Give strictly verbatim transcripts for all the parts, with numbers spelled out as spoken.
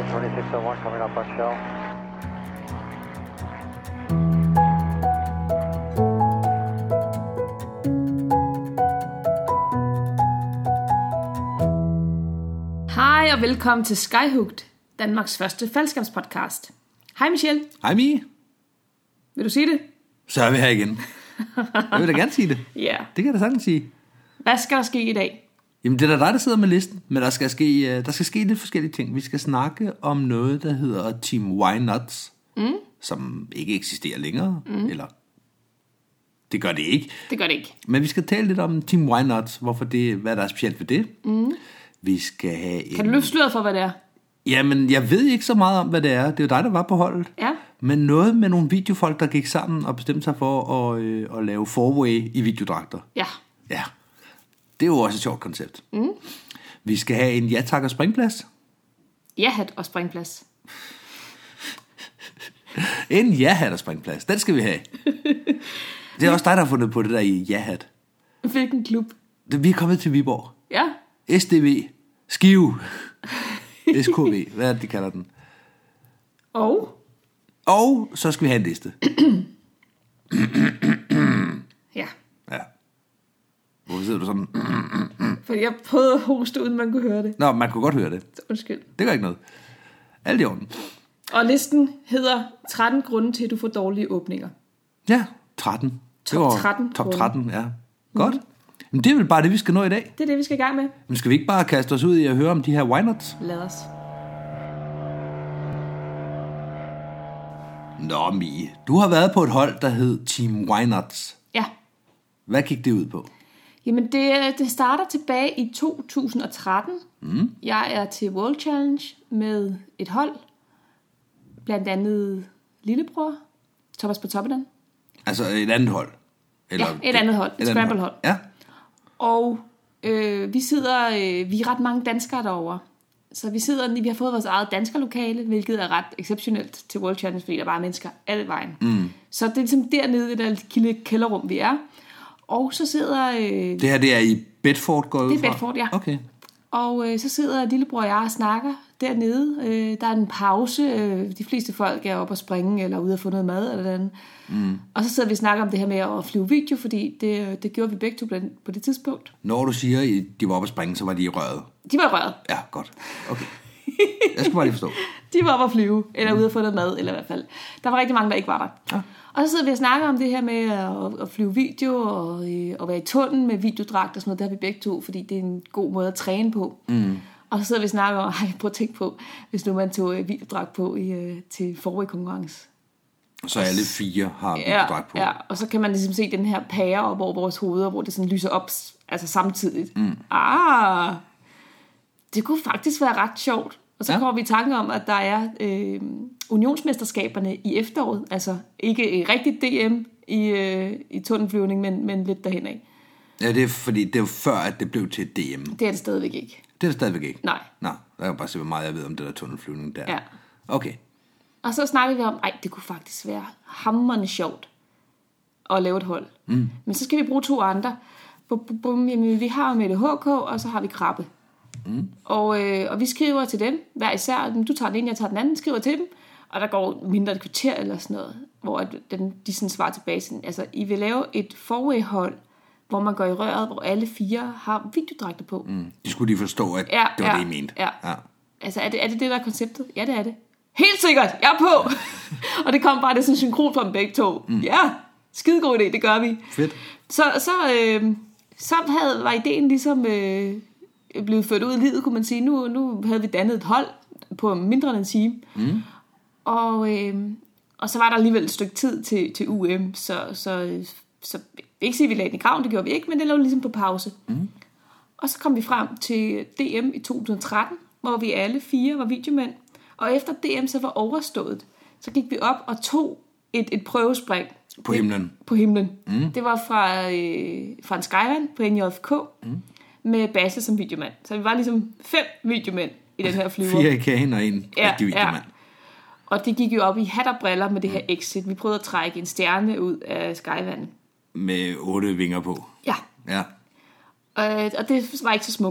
twenty-six oh one coming up on shell. Hej og velkommen til Skyhooked, Danmarks første faldskærmspodcast. Hej Michelle. Hej Mie. Vil du sige det? Så er vi her igen. Jeg vil da gerne sige det. Ja. Yeah. Det kan jeg da sagtens sige. Hvad skal der ske i dag? Jamen det er da dig, der sidder med listen. Men der skal ske, der skal ske lidt forskellige ting. Vi skal snakke om noget, der hedder Team Why Not, mm. som ikke eksisterer længere. Mm. Eller det gør det ikke. Det gør det ikke. Men vi skal tale lidt om Team Why Not. Hvorfor det, hvad der er specielt ved det. Mm. Vi skal have en... Kan du løfte sløret for, hvad det er? Jamen, jeg ved ikke så meget om, hvad det er. Det er jo dig, der var på holdet. Ja. Men noget med nogle videofolk, der gik sammen og bestemte sig for at, øh, at lave four-way i videodragter. Ja. Ja. Det er jo også et sjovt koncept. Mm. Vi skal have en ja-tak og springplads. Ja-hat og springplads. En ja-hat og springplads. Den skal vi have. Det er også dig, der har fundet på det der i ja-hat. Hvilken klub? Vi er kommet til Viborg. Ja. S D V. Skive. S K V. Hvad er det, de kalder den? Og? Og så skal vi have en liste. Ja. Ja. Hvorfor sidder du sådan? For jeg prøvede at hoste, uden man kunne høre det. Nå, man kunne godt høre det. Undskyld. Det gør ikke noget. Alt i orden. Og listen hedder tretten grunde til, at du får dårlige åbninger. Ja, tretten. Top tretten. Top tretten, ja. Godt. Mm. Men det er vel bare det, vi skal nå i dag. Det er det, vi skal i gang med. Men skal vi ikke bare kaste os ud i at høre om de her why nots? Lad os. Nå, Mie. Du har været på et hold, der hed Team Why Nots. Ja. Hvad gik det ud på? Jamen, det, det starter tilbage i to tusind og tretten. Mm. Jeg er til World Challenge med et hold. Blandt andet lillebror, Thomas på Toppen. Altså et andet hold? Eller ja, et andet hold. Et, et scramble-hold. Ja. Og øh, vi sidder, øh, vi er ret mange danskere derovre. Så vi sidder, vi har fået vores eget danskerlokale, hvilket er ret exceptionelt til World Challenge, fordi der bare er mennesker alle vejen. Mm. Så det er ligesom dernede i det lille kælderrum, vi er. Og så sidder... Øh, det her, det er i Bedford, går ud fra? Det er Bedford, ja. Okay. Og øh, så sidder lillebror og jeg og snakker dernede. Øh, der er en pause. Øh, de fleste folk er oppe at springe, eller ude at få noget mad, eller andet. Mm. Og så sidder vi og snakker om det her med at flyve video, fordi det, det gjorde vi begge to på det tidspunkt. Når du siger, at de var oppe at springe, så var de i røret? De var i røret. Ja, godt. Okay. Jeg skal bare lige forstå. De var oppe at flyve, eller ude at få noget mad, eller i hvert fald. Der var rigtig mange, der ikke var der. Ja. Og så sidder vi og snakker om det her med at, at flyve video, og øh, at være i tunnel med videodragt og sådan noget. Der har vi begge to, fordi det er en god måde at træne på. Mm. Og så sidder vi og snakker om, ej, prøv at tænke på, hvis nu man tog øh, videodragt på i, øh, til forway-konkurrence. Så alle fire har videodragt på. Ja, og så kan man ligesom se den her pære op over vores hoveder, hvor det sådan lyser op, altså samtidigt. Mm. Ah, det kunne faktisk være ret sjovt. Og så ja. kommer vi i tanke om, at der er øh, unionsmesterskaberne i efteråret. Altså ikke rigtig D M i, øh, i tunnelflyvning, men, men lidt derhen af. Ja, det er fordi, det er jo før, at det blev til D M. Det er det stadigvæk ikke. Det er det stadigvæk ikke? Nej. Nå, der kan bare se, hvor meget jeg ved om det der tunnelflyvning der. Ja. Okay. Og så snakker vi om, ej, det kunne faktisk være hamrende sjovt at lave et hold. Mm. Men så skal vi bruge to andre. Jamen, vi har Mette H K, og så har vi Krabbe. Mm. Og, øh, og vi skriver til dem hver især. Du tager den ene, jeg tager den anden, skriver til dem. Og der går mindre et kvarter eller sådan noget, hvor den, de sådan svarer tilbage. Sådan, altså, I vil lave et four-way-hold, hvor man går i røret, hvor alle fire har videodragter på. Mm. De skulle lige forstå, at ja, det var ja, det, I mente. Ja. Ja. Altså, er det, er det det, der er konceptet? Ja, det er det. Helt sikkert, jeg er på! Og det kom bare, det sådan synkron fra dem begge to. Mm. Ja, skide god idé, det gør vi. Fedt. Så, så, øh, så havde, var ideen ligesom... Øh, blevet ført ud i livet, kunne man sige. Nu, nu havde vi dannet et hold på mindre end en time. Mm. Og, øh, og så var der alligevel et stykke tid til, til U M, så, så, så ikke sige, at vi lagde den i graven, det gjorde vi ikke, men det lå ligesom på pause. Mm. Og så kom vi frem til D M i to tusind og tretten, hvor vi alle fire var videomænd. Og efter D M så var overstået, så gik vi op og tog et, et prøvespring. På himlen? På himlen. Mm. Det var fra, øh, fra en Skyvan på N J F K. Mm. Med Basse som videomand. Så vi var ligesom fem videomænd i den her flyver. Fire i kagen og en ja, rigtig videomand. Ja. Og det gik jo op i hat og briller med det her exit. Vi prøvede at trække en stjerne ud af Skyvan. Med otte vinger på. Ja. Ja. Og, og det var ikke så smukt.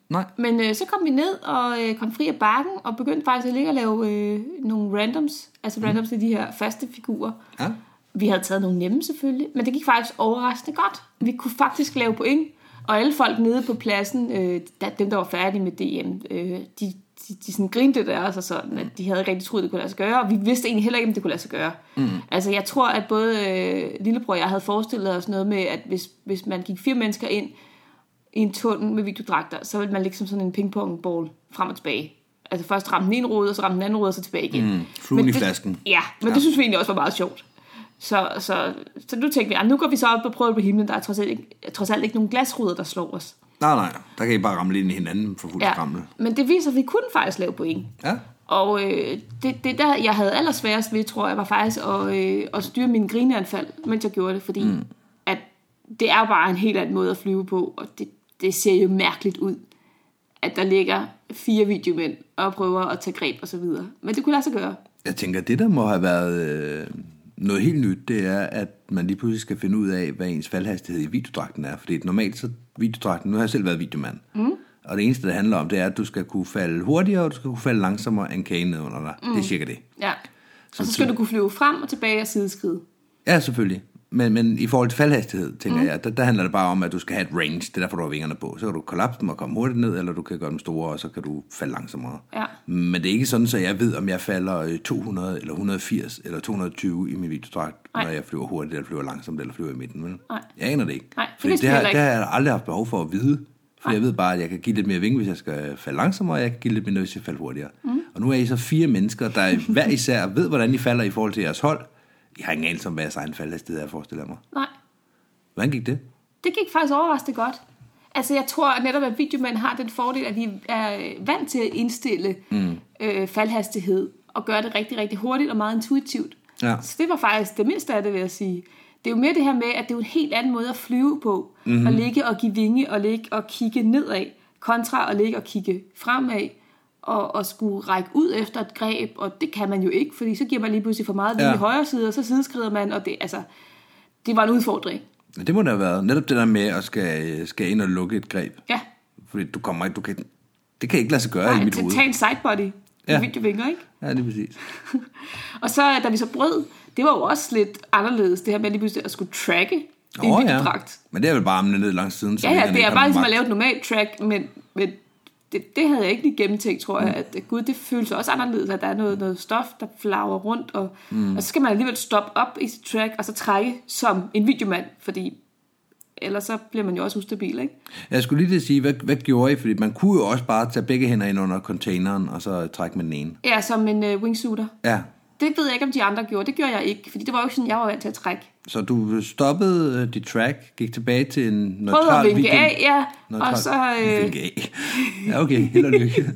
Nej. Men øh, så kom vi ned og øh, kom fri af bakken, og begyndte faktisk at ligge og lave øh, nogle randoms. Altså randoms er de her faste figurer. Ja. Vi havde taget nogle nemme selvfølgelig, men det gik faktisk overraskende godt. Vi kunne faktisk lave point, og alle folk nede på pladsen, øh, dem der var færdige med D M, øh, de, de, de sådan grinte der, altså sådan, at de havde ikke rigtig troet, det kunne lade sig gøre, og vi vidste egentlig heller ikke, om det kunne lade sig gøre. Mm. Altså jeg tror, at både øh, lillebror og jeg havde forestillet os noget med, at hvis, hvis man gik fire mennesker ind i en tunnel med videodragter, så ville man ligge som sådan en pingpongball frem og tilbage. Altså først ramme den ene rode, og så ramme den anden rode, og så tilbage igen. Mm. Fluen i flasken. Ja, men ja. Det synes vi egentlig også var meget sjovt. Så, så, så nu tænkte vi, at nu går vi så op og prøver på himlen. Der er trods alt ikke, trods alt ikke nogen glasruder, der slår os. Nej, nej. Der kan I bare ramle ind i hinanden for fuld skrammel. Ja, men det viser, at vi kunne faktisk lave point. Ja. Og øh, det, det der, jeg havde allersværest ved, tror jeg, var faktisk at, øh, at styre mine grineanfald, mens jeg gjorde det. Fordi mm. at det er bare en helt anden måde at flyve på, og det, det ser jo mærkeligt ud, at der ligger fire videomænd og prøver at tage greb og så videre. Men det kunne lade sig gøre. Jeg tænker, det der må have været... Øh... Noget helt nyt, det er, at man lige pludselig skal finde ud af, hvad ens faldhastighed i videodragten er. Fordi normalt så videodragten, nu har jeg selv været videomand, mm. og det eneste, det handler om, det er, at du skal kunne falde hurtigere, og du skal kunne falde langsommere end kagen ned under dig. Mm. Det er cirka det. Ja, og så skal du kunne flyve frem og tilbage og sideskride. Ja, selvfølgelig. Men, men i forhold til faldhastighed, tænker mm. jeg, der, der handler det bare om, at du skal have et range. Det er derfor, du har vingerne på. Så kan du kollapse dem og komme hurtigt ned, eller du kan gøre dem store, og så kan du falde langsommere. Ja. Men det er ikke sådan, så jeg ved, om jeg falder to hundrede, eller et hundrede og firs, eller to hundrede og tyve i min videodragt, når jeg flyver hurtigt, eller flyver langsomt, eller flyver i midten. Vel? Nej. Jeg aner det ikke. Nej, Fordi det, det, har, det har jeg aldrig haft behov for at vide. For Nej. Jeg ved bare, at jeg kan give lidt mere vinge, hvis jeg skal falde langsommere, og jeg kan give lidt mindre, hvis jeg falder hurtigere. Mm. Og nu er I så fire mennesker, der hver især ved, hvordan I falder i forhold til jeres hold. Jeg har ingen anelse om, hvad jeres egen faldhastighed er, forestiller mig. Nej. Hvordan gik det? Det gik faktisk overraskende godt. Altså, jeg tror at netop, at videomænd har den fordel, at de er vant til at indstille mm. øh, faldhastighed og gøre det rigtig, rigtig hurtigt og meget intuitivt. Ja. Så det var faktisk det mindste af det, vil jeg sige. Det er jo mere det her med, at det er jo en helt anden måde at flyve på. Mm-hmm. At ligge og give vinge og ligge og kigge nedad, kontra at ligge og kigge fremad. Og, og skulle række ud efter et greb, og det kan man jo ikke, fordi så giver man lige pludselig for meget vinge ja. i højre side, og så sideskrider man, og det, altså, det var en udfordring. Det må da have været. Netop det der med at skal, skal ind og lukke et greb. Ja. Fordi du kommer ikke, du kan, det kan ikke lade sig gøre Nej, i mit hoved. Nej, tag en sidebody ja. i videovinger, ikke? Ja, det er præcis. Og så, da vi så brød, det var jo også lidt anderledes, det her med lige pludselig at skulle tracke i en videodragt. Men det er vel bare ned langs siden. Ja, ja, det er bare ligesom at lave et normalt track, men, men det, det havde jeg ikke lige gennemtænkt, tror jeg, at gud, det føles også anderledes, at der er noget, noget stof, der flager rundt, og, mm. og så skal man alligevel stoppe op i sit track, og så trække som en videomand, fordi ellers så bliver man jo også ustabil, ikke? Jeg skulle lige sige, hvad, hvad gjorde I? Fordi man kunne jo også bare tage begge hænder ind under containeren, og så trække med den ene. Ja, som en uh, wingsuiter. Ja. Det ved jeg ikke, om de andre gjorde. Det gjorde jeg ikke, fordi det var jo sådan, jeg var vant til at trække. Så du stoppede uh, dit track, gik tilbage til en neutral video? Prøvede at vinke af, ja. Neutral, og så... Øh... Vinke af. Ja, okay. Held og lykke.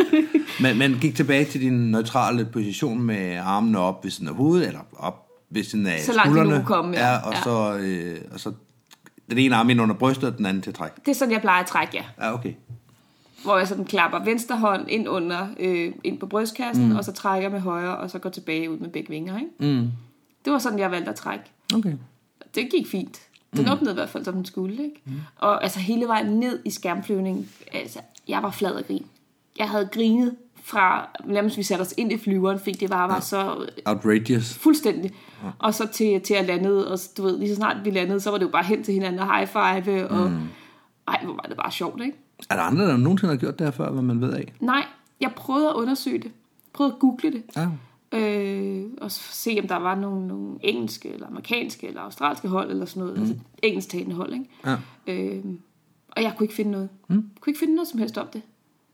men, men gik tilbage til din neutrale position med armene op ved siden af hovedet, eller op ved siden af så skuldrene. Så langt vi komme, ja. ja, og, ja. Så, øh, og så den ene arm ind under brystet, og den anden til træk. Det er sådan, jeg plejer at trække, ja. Ja, okay. Hvor jeg sådan klapper venstre hånd ind under, øh, ind på brystkassen, mm. og så trækker med højre, og så går tilbage ud med begge vinger, ikke? Mm. Det var sådan, jeg valgte at trække. Okay. Det gik fint. Den mm. åbnede i hvert fald, som den skulle, ikke? Mm. Og altså hele vejen ned i skærmflyvningen, altså, jeg var flad af grin. Jeg havde grinet fra, nærmest vi satte os ind i flyveren, fordi det var, var ja. så... outrageous. Fuldstændig. Ja. Og så til, til at lande, og du ved, lige så snart vi landede, så var det jo bare hen til hinanden og high five, og mm. ej, hvor var det bare sjovt, ikke? Er der andre, der nogensinde har gjort det her før, hvad man ved af? Nej, jeg prøvede at undersøge det. Prøvede at google det. Ja. Øh, og se, om der var nogle, nogle engelske, eller amerikanske, eller australske hold, eller sådan noget. Mm. Altså engelsktalende hold, ikke? Ja. Øh, og jeg kunne ikke finde noget. Mm. Jeg kunne ikke finde noget som helst om det.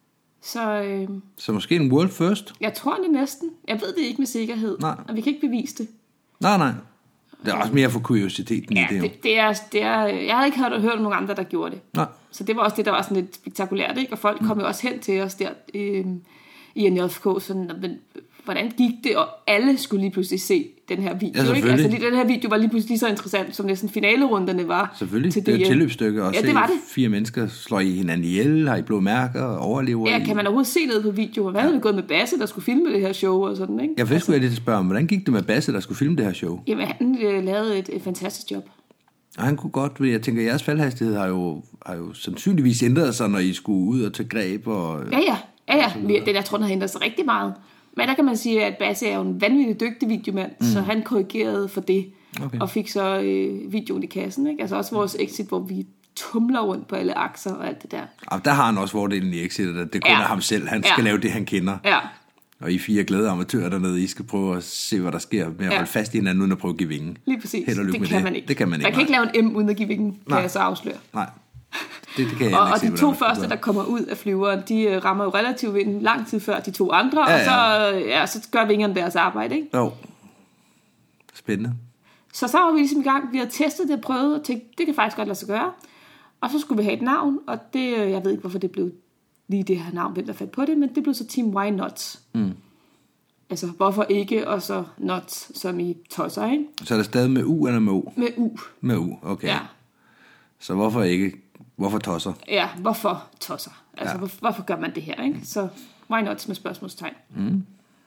Så, øh, så måske en world first? Jeg tror det næsten. Jeg ved det ikke med sikkerhed. Nej. Og vi kan ikke bevise det. Nej, nej. Det er også mere for kuriositeten ja, i det. det, det, er, det er, jeg havde ikke hørt, hørt om nogen andre, der gjorde det. Nej. Så det var også det, der var sådan lidt spektakulært, ikke? Og folk kom jo også hen til os der øh, i N J F K, sådan, men hvordan gik det? Og alle skulle lige pludselig se den her video, ja, ikke? Altså lige, den her video var lige pludselig lige så interessant, som næsten finalerunderne var. Selvfølgelig, til det er et tilløbsstykke at ja, se det var det. Fire mennesker slår i hinanden ihjel, har i blå mærker og overlever. Ja, kan man overhovedet se noget på video? Hvad ja. havde det gået med Basse, der skulle filme det her show og sådan, ikke? Ja, for det skulle altså, jeg lige spørge om, hvordan gik det med Basse, der skulle filme det her show? Jamen, han øh, lavede et, et fantastisk job. Og han kunne godt, jeg tænker, at jeres faldhastighed har jo, har jo sandsynligvis ændret sig, når I skulle ud og tage greb. Og, ja, ja. ja, ja. Det, jeg tror, den har ændret sig rigtig meget. Men der kan man sige, at Basse er jo en vanvittig dygtig videomand, mm. så han korrigerede for det, okay. og fik så øh, videoen i kassen. Ikke? Altså også vores exit, hvor vi tumler rundt på alle akser og alt det der. Og der har han også fordelen i exit, at det kun ja. er ham selv. Han skal ja. lave det, han kender. Ja. Og I fire glade amatører dernede, I skal prøve at se, hvad der sker med at ja. holde fast i hinanden, uden at prøve at give vingen. Lige præcis. Det kan, det. Man ikke. det kan man ikke. Man kan ikke lave en M uden at give vingen, kan Nej. jeg så afsløre. Nej, det, det kan jeg og, ikke og se, de to første, der kommer ud af flyveren, de rammer jo relativt vinden lang tid før de to andre, ja, ja. og så, ja, så gør vingerne deres arbejde, ikke? Jo. Spændende. Så så var vi ligesom i gang. Vi har testet det og prøvet, og tænkt, det kan faktisk godt lade sig gøre. Og så skulle vi have et navn, og det, jeg ved ikke, hvorfor det blev lige det her navn, hvem der fandt på det, men det blev så Team Why Not. Mm. Altså, hvorfor ikke, og så not, som i tosser, ikke? Så er det stadig med U eller med O? Med U. Med U, okay. Ja. Så hvorfor ikke, hvorfor tosser? Ja, hvorfor tosser? Altså, ja. hvor, hvorfor gør man det her, ikke? Så why not med spørgsmålstegn. Mm.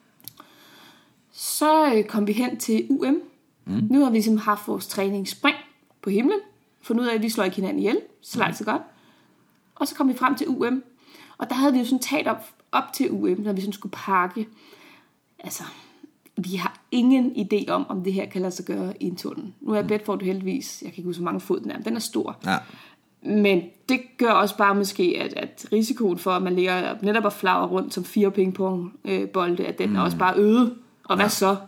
Så øh, kom vi hen til U M. Mm. Nu har vi ligesom haft vores træning spring på himlen. Fundet ud af, at vi slår ikke hinanden ihjel. Så langt så godt. Og så kom vi frem til U M. Og der havde vi jo sådan talt op, op til U M, når vi sådan skulle pakke. Altså, vi har ingen idé om, om det her kan lade sig gøre i en tunnel. Nu er Bedford heldigvis, jeg kan ikke huske, så mange fod den er, den er stor. Ja. Men det gør også bare måske, at, at risikoen for, at man ligger netop og flagrer rundt som fire pingpongbolde, at den mm. er også bare øget. Og hvad ja. så?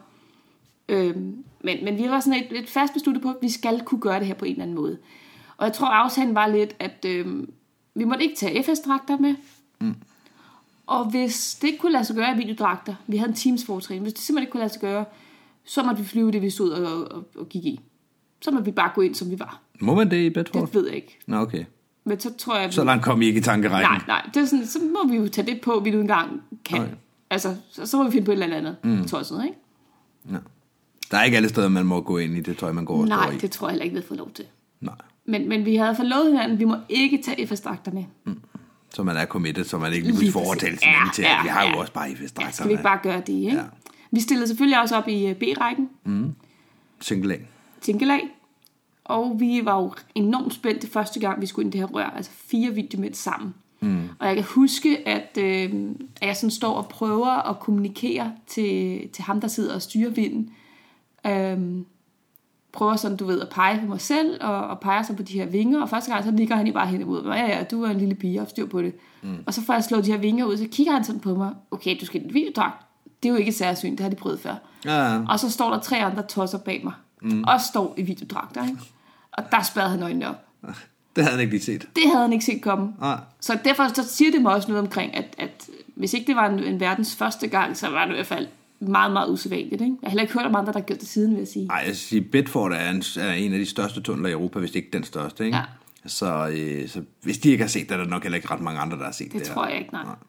Øhm, men, men vi var sådan et, et fast besluttet på, at vi skal kunne gøre det her på en eller anden måde. Og jeg tror, aftalen var lidt, at øhm, vi måtte ikke tage F S-dragter med. Mm. Og hvis det ikke kunne lade sig gøre i videodragter, vi havde en Teams-foretræning, hvis det simpelthen ikke kunne lade sig gøre, så måtte vi flyve det, vi stod og, og, og gik i. Så måtte vi bare gå ind, som vi var. Må man det i Bedford? Det ved jeg ikke. Nå, okay. Men så tror jeg... Vi... Så langt kom I ikke i tankerækken? Nej, nej. Det er sådan, så må vi jo tage det på, vi nu engang kan. Okay. Altså, så, så må vi finde på et eller andet mm. tosset, ikke? Ja. Der er ikke alle steder, man må gå ind i det tøj, man går og står i. Nej, det tror jeg heller ikke, vi har fået lov til. Nej. Men, men vi havde forlovet hinanden, vi må ikke tage F S-dragter med. Mm. Så man er committed, så man ikke lige vil foretale sin ja, til, ja, vi har ja. jo også bare F S-dragter. Ja, skal vi ikke bare gøre det, ikke? Ja. Vi stillede selvfølgelig også op i B-rækken. Mm. Single A. Single A. Og vi var jo enormt spændte første gang, vi skulle ind i det her rør. Altså fire videomænd sammen. Mm. Og jeg kan huske, at, øh, at jeg sådan står og prøver at kommunikere til, til ham, der sidder og styrer vinden. Øhm, prøver sådan, du ved, at pege på mig selv, og, og peger så på de her vinger. Og første gang, så ligger han i bare hen imod mig. Ja, ja, du er en lille pige, jeg har styr på det. Mm. Og så får jeg slået de her vinger ud, så kigger han sådan på mig. Okay, du skal i en videodragt. Det er jo ikke et særsyn, det har de prøvet før. Ja, ja. Og så står der tre andre tosser bag mig. Mm. Og står i videodragter, ikke? Og der spærrede han øjnene op. Det havde han ikke lige set. Det havde han ikke set komme. Ah. Så derfor så siger det mig også noget omkring, at, at hvis ikke det var en, en verdens første gang, så var det i hvert fald meget, meget usædvanligt. Ikke? Jeg har heller ikke hørt om andre, der har gjort det siden, vil jeg sige. Nej, jeg siger, Bedford er en, er en af de største tunneler i Europa, hvis ikke den største. Ikke? Ja. Så, øh, så hvis de ikke har set det, er der nok heller ikke ret mange andre, der har set det. Det tror jeg ikke, nej. nej.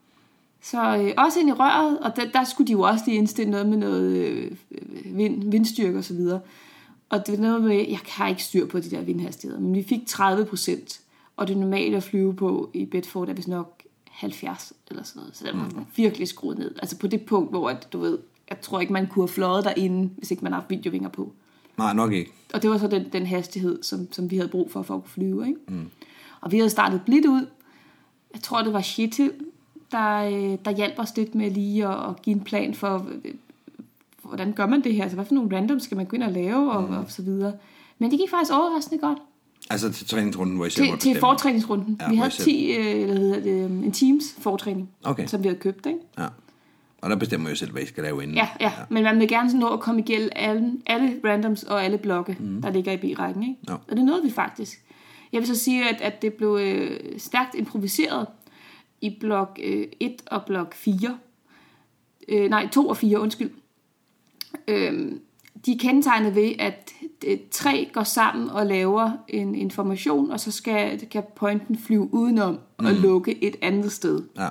Så øh, også ind i røret, og der, der skulle de jo også lige indstille noget med noget øh, vind, vindstyrke og så videre. Og det er noget med, jeg har ikke styr på de der vindhastigheder, men vi fik tredive procent, og det normale at flyve på i Bedford er vist nok halvfjerds eller sådan noget. Så det var mm. virkelig skruet ned. Altså på det punkt, hvor at, du ved, jeg tror ikke, man kunne have fløjet derinde, hvis ikke man har haft videovinger på. Nej, nok ikke. Og det var så den, den hastighed, som, som vi havde brug for, for at kunne flyve. Ikke? Mm. Og vi havde startet blidt ud. Jeg tror, det var Shetil, der, der hjalp os lidt med lige at, at give en plan for, hvordan gør man det her? Altså, hvad for nogle randoms skal man gå ind og lave, og, mm. og så videre. Men det gik faktisk overraskende godt. Altså til træningsrunden, hvor I selv til, til fortræningsrunden. Ja, vi havde ti, eller hedder det, en teams fortræning, okay. som vi havde købt, ikke? Ja. Og der bestemmer jo selv, hvad I skal lave inden. Ja, ja, ja. Men man vil gerne nå at komme igennem alle, alle randoms og alle blokke, mm. der ligger i B-rækken, ikke? Ja. Og det nåede vi faktisk. Jeg vil så sige, at, at det blev øh, stærkt improviseret i blok øh, et og blok fire. Øh, nej, to og fire, undskyld. Øh, de er kendetegnet ved, at tre går sammen og laver en information, og så skal, kan pointen flyve udenom mm. og lukke et andet sted. Ja.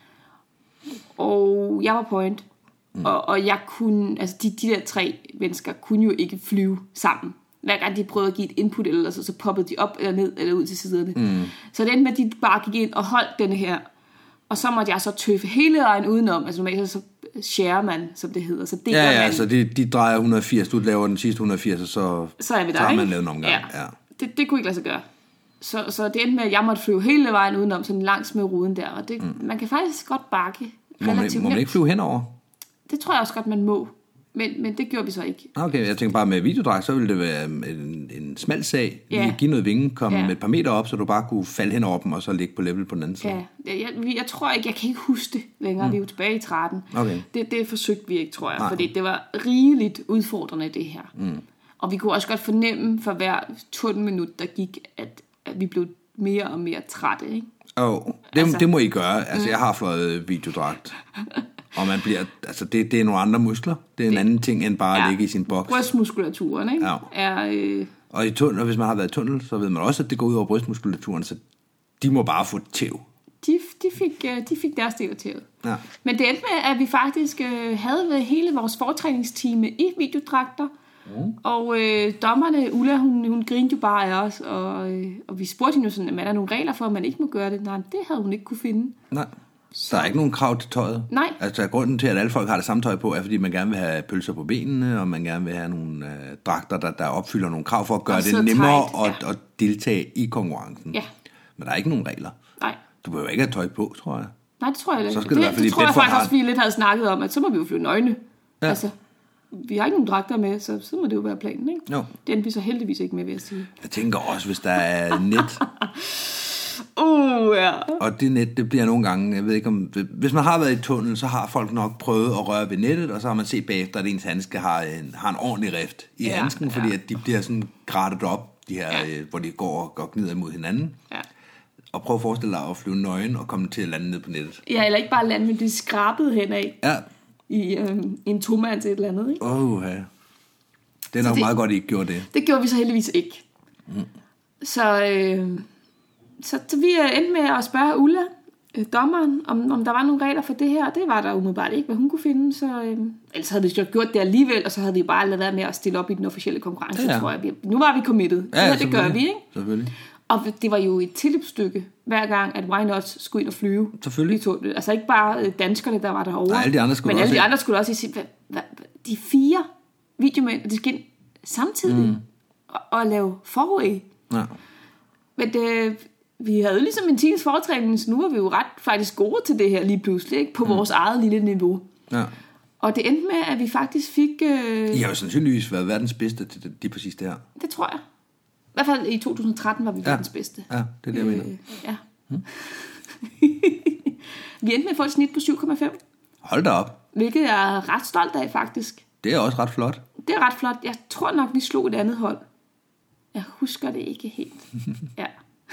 Og jeg var point, mm. og, og jeg kunne, altså de, de der tre mennesker kunne jo ikke flyve sammen. Hver gang de prøvede at give et input, eller så, så poppede de op eller ned, eller ud til siderne. Mm. Så det endte med, at de bare gik ind og holdt denne her, og så måtte jeg så tøffe hele vejen udenom. Altså normalt så share man, som det hedder. Så deler ja, ja, man. så de, de drejer et hundrede og firs, du laver den sidste et hundrede og firs, og så, så, er vi der, så har man ikke? lavet en omgang. Ja. Ja. Det, det kunne ikke lade sig gøre. Så, så det endte med, at jeg måtte flyve hele vejen udenom, sådan langs med ruden der. Og det, mm. man kan faktisk godt bakke Må man, må man ikke flyve henover? Det tror jeg også godt, man må. Men, men det gjorde vi så ikke. Okay, jeg tænker bare med videodragt, så ville det være en, en smal sag. Ja. Give noget vinge, komme Ja. et par meter op, så du bare kunne falde hen over dem, og så ligge på level på den anden side. Ja, jeg, jeg, jeg tror ikke, jeg kan ikke huske det længere. Mm. Vi er jo tilbage i tretten. Okay. Det, det forsøgte vi ikke, tror jeg. Nej. Fordi det var rigeligt udfordrende, det her. Mm. Og vi kunne også godt fornemme for hver tunnelminut, der gik, at, at vi blev mere og mere trætte, ikke? Åh, oh, det, Altså. det må I gøre. Altså, jeg har fløjet videodragt. Og man bliver, altså det, det er nogle andre muskler. Det er en det, anden ting, end bare at ja. ligge i sin boks. Brystmuskulaturen, ikke? Ja. Er, øh... Og i tunnel, hvis man har været i tunnel, så ved man også, at det går ud over brystmuskulaturen, så de må bare få tæv. De, de, fik, de fik deres del af tævet. Ja. Men det endte med, at vi faktisk øh, havde hele vores fortræningsteam i videodragter. Mm. Og øh, dommerne, Ulla, hun, hun grinede jo bare af os, og, øh, og vi spurgte hende jo sådan, er der nogle regler for, at man ikke må gøre det? Nej, det havde hun ikke kunne finde. Nej. Der er ikke nogen krav til tøjet. Nej. Altså grunden til, at alle folk har det samme tøj på, er fordi man gerne vil have pølser på benene, og man gerne vil have nogle øh, dragter, der, der opfylder nogle krav for at gøre og det nemmere tight, ja. at, at deltage i konkurrencen. Ja. Men der er ikke nogen regler. Nej. Du behøver ikke have tøj på, tror jeg. Nej, det tror jeg ikke. Så skal det, det, være, fordi det tror jeg Bedford faktisk har... også, vi lidt havde snakket om, at så må vi jo flyve nøgne. Ja. Altså, vi har ikke nogen dragter med, så, så må det jo være planen, ikke? Jo. Det endte vi så heldigvis ikke med, vil jeg sige. Jeg tænker også, hvis der er net... Uh, ja. Og det net, det bliver nogle gange, jeg ved ikke om... Hvis man har været i tunnel, så har folk nok prøvet at røre ved nettet, og så har man set bagefter, at ens handske har en, har en ordentlig rift i Ja, handsken, fordi ja. at de bliver sådan grattet op, de her, Ja. øh, hvor de går og går gnider imod hinanden. Ja. Og prøv at forestille dig at flyve nøgen og komme til at lande ned på nettet. Ja, eller ikke bare lande, men de skrabede henad Ja. i øh, en tomand til et eller andet, ikke? Åh, oh, ja. Det er nok det- meget godt, at I ikke gjorde det. Det gjorde vi så heldigvis ikke. Mm. Så, øh, så, så vi endte med at spørge Ulla, øh, dommeren, om, om der var nogle regler for det her. Det var der umiddelbart ikke, hvad hun kunne finde. Så, øh, ellers havde vi jo gjort det alligevel, og så havde vi bare ladet være med at stille op i den officielle konkurrence, Ja, ja, ja. tror jeg. Vi, nu var vi committed. Ja, Ja, det gør selvfølgelig. vi, ikke? Selvfølgelig. Og det var jo et tilløbsstykke, hver gang, at Why Not skulle ind og flyve. Selvfølgelig. De to, altså ikke bare øh, danskerne, der var derovre. Nej, alle de andre skulle men alle også de ind. andre skulle også sige, hvad, hvad, de fire videomænd, og de skal ind samtidig mm. og, og lave forway. Ja. Men det, vi havde jo ligesom en times foretræning, så nu var vi jo ret faktisk gode til det her lige pludselig, ikke? På mm. vores eget lille niveau. Ja. Og det endte med, at vi faktisk fik... Øh, I har jo sandsynligvis været verdens bedste til det, de præcis det her. det tror jeg. I hvert fald i to tusind og tretten var vi Ja. verdens bedste. Ja, det er det, jeg mener. Øh, ja. Hmm. Vi endte med at få et snit på syv komma fem, Hold da op. hvilket jeg er ret stolt af faktisk. Det er også ret flot. Det er ret flot. Jeg tror nok, vi slog et andet hold. Jeg husker det ikke helt. Ja.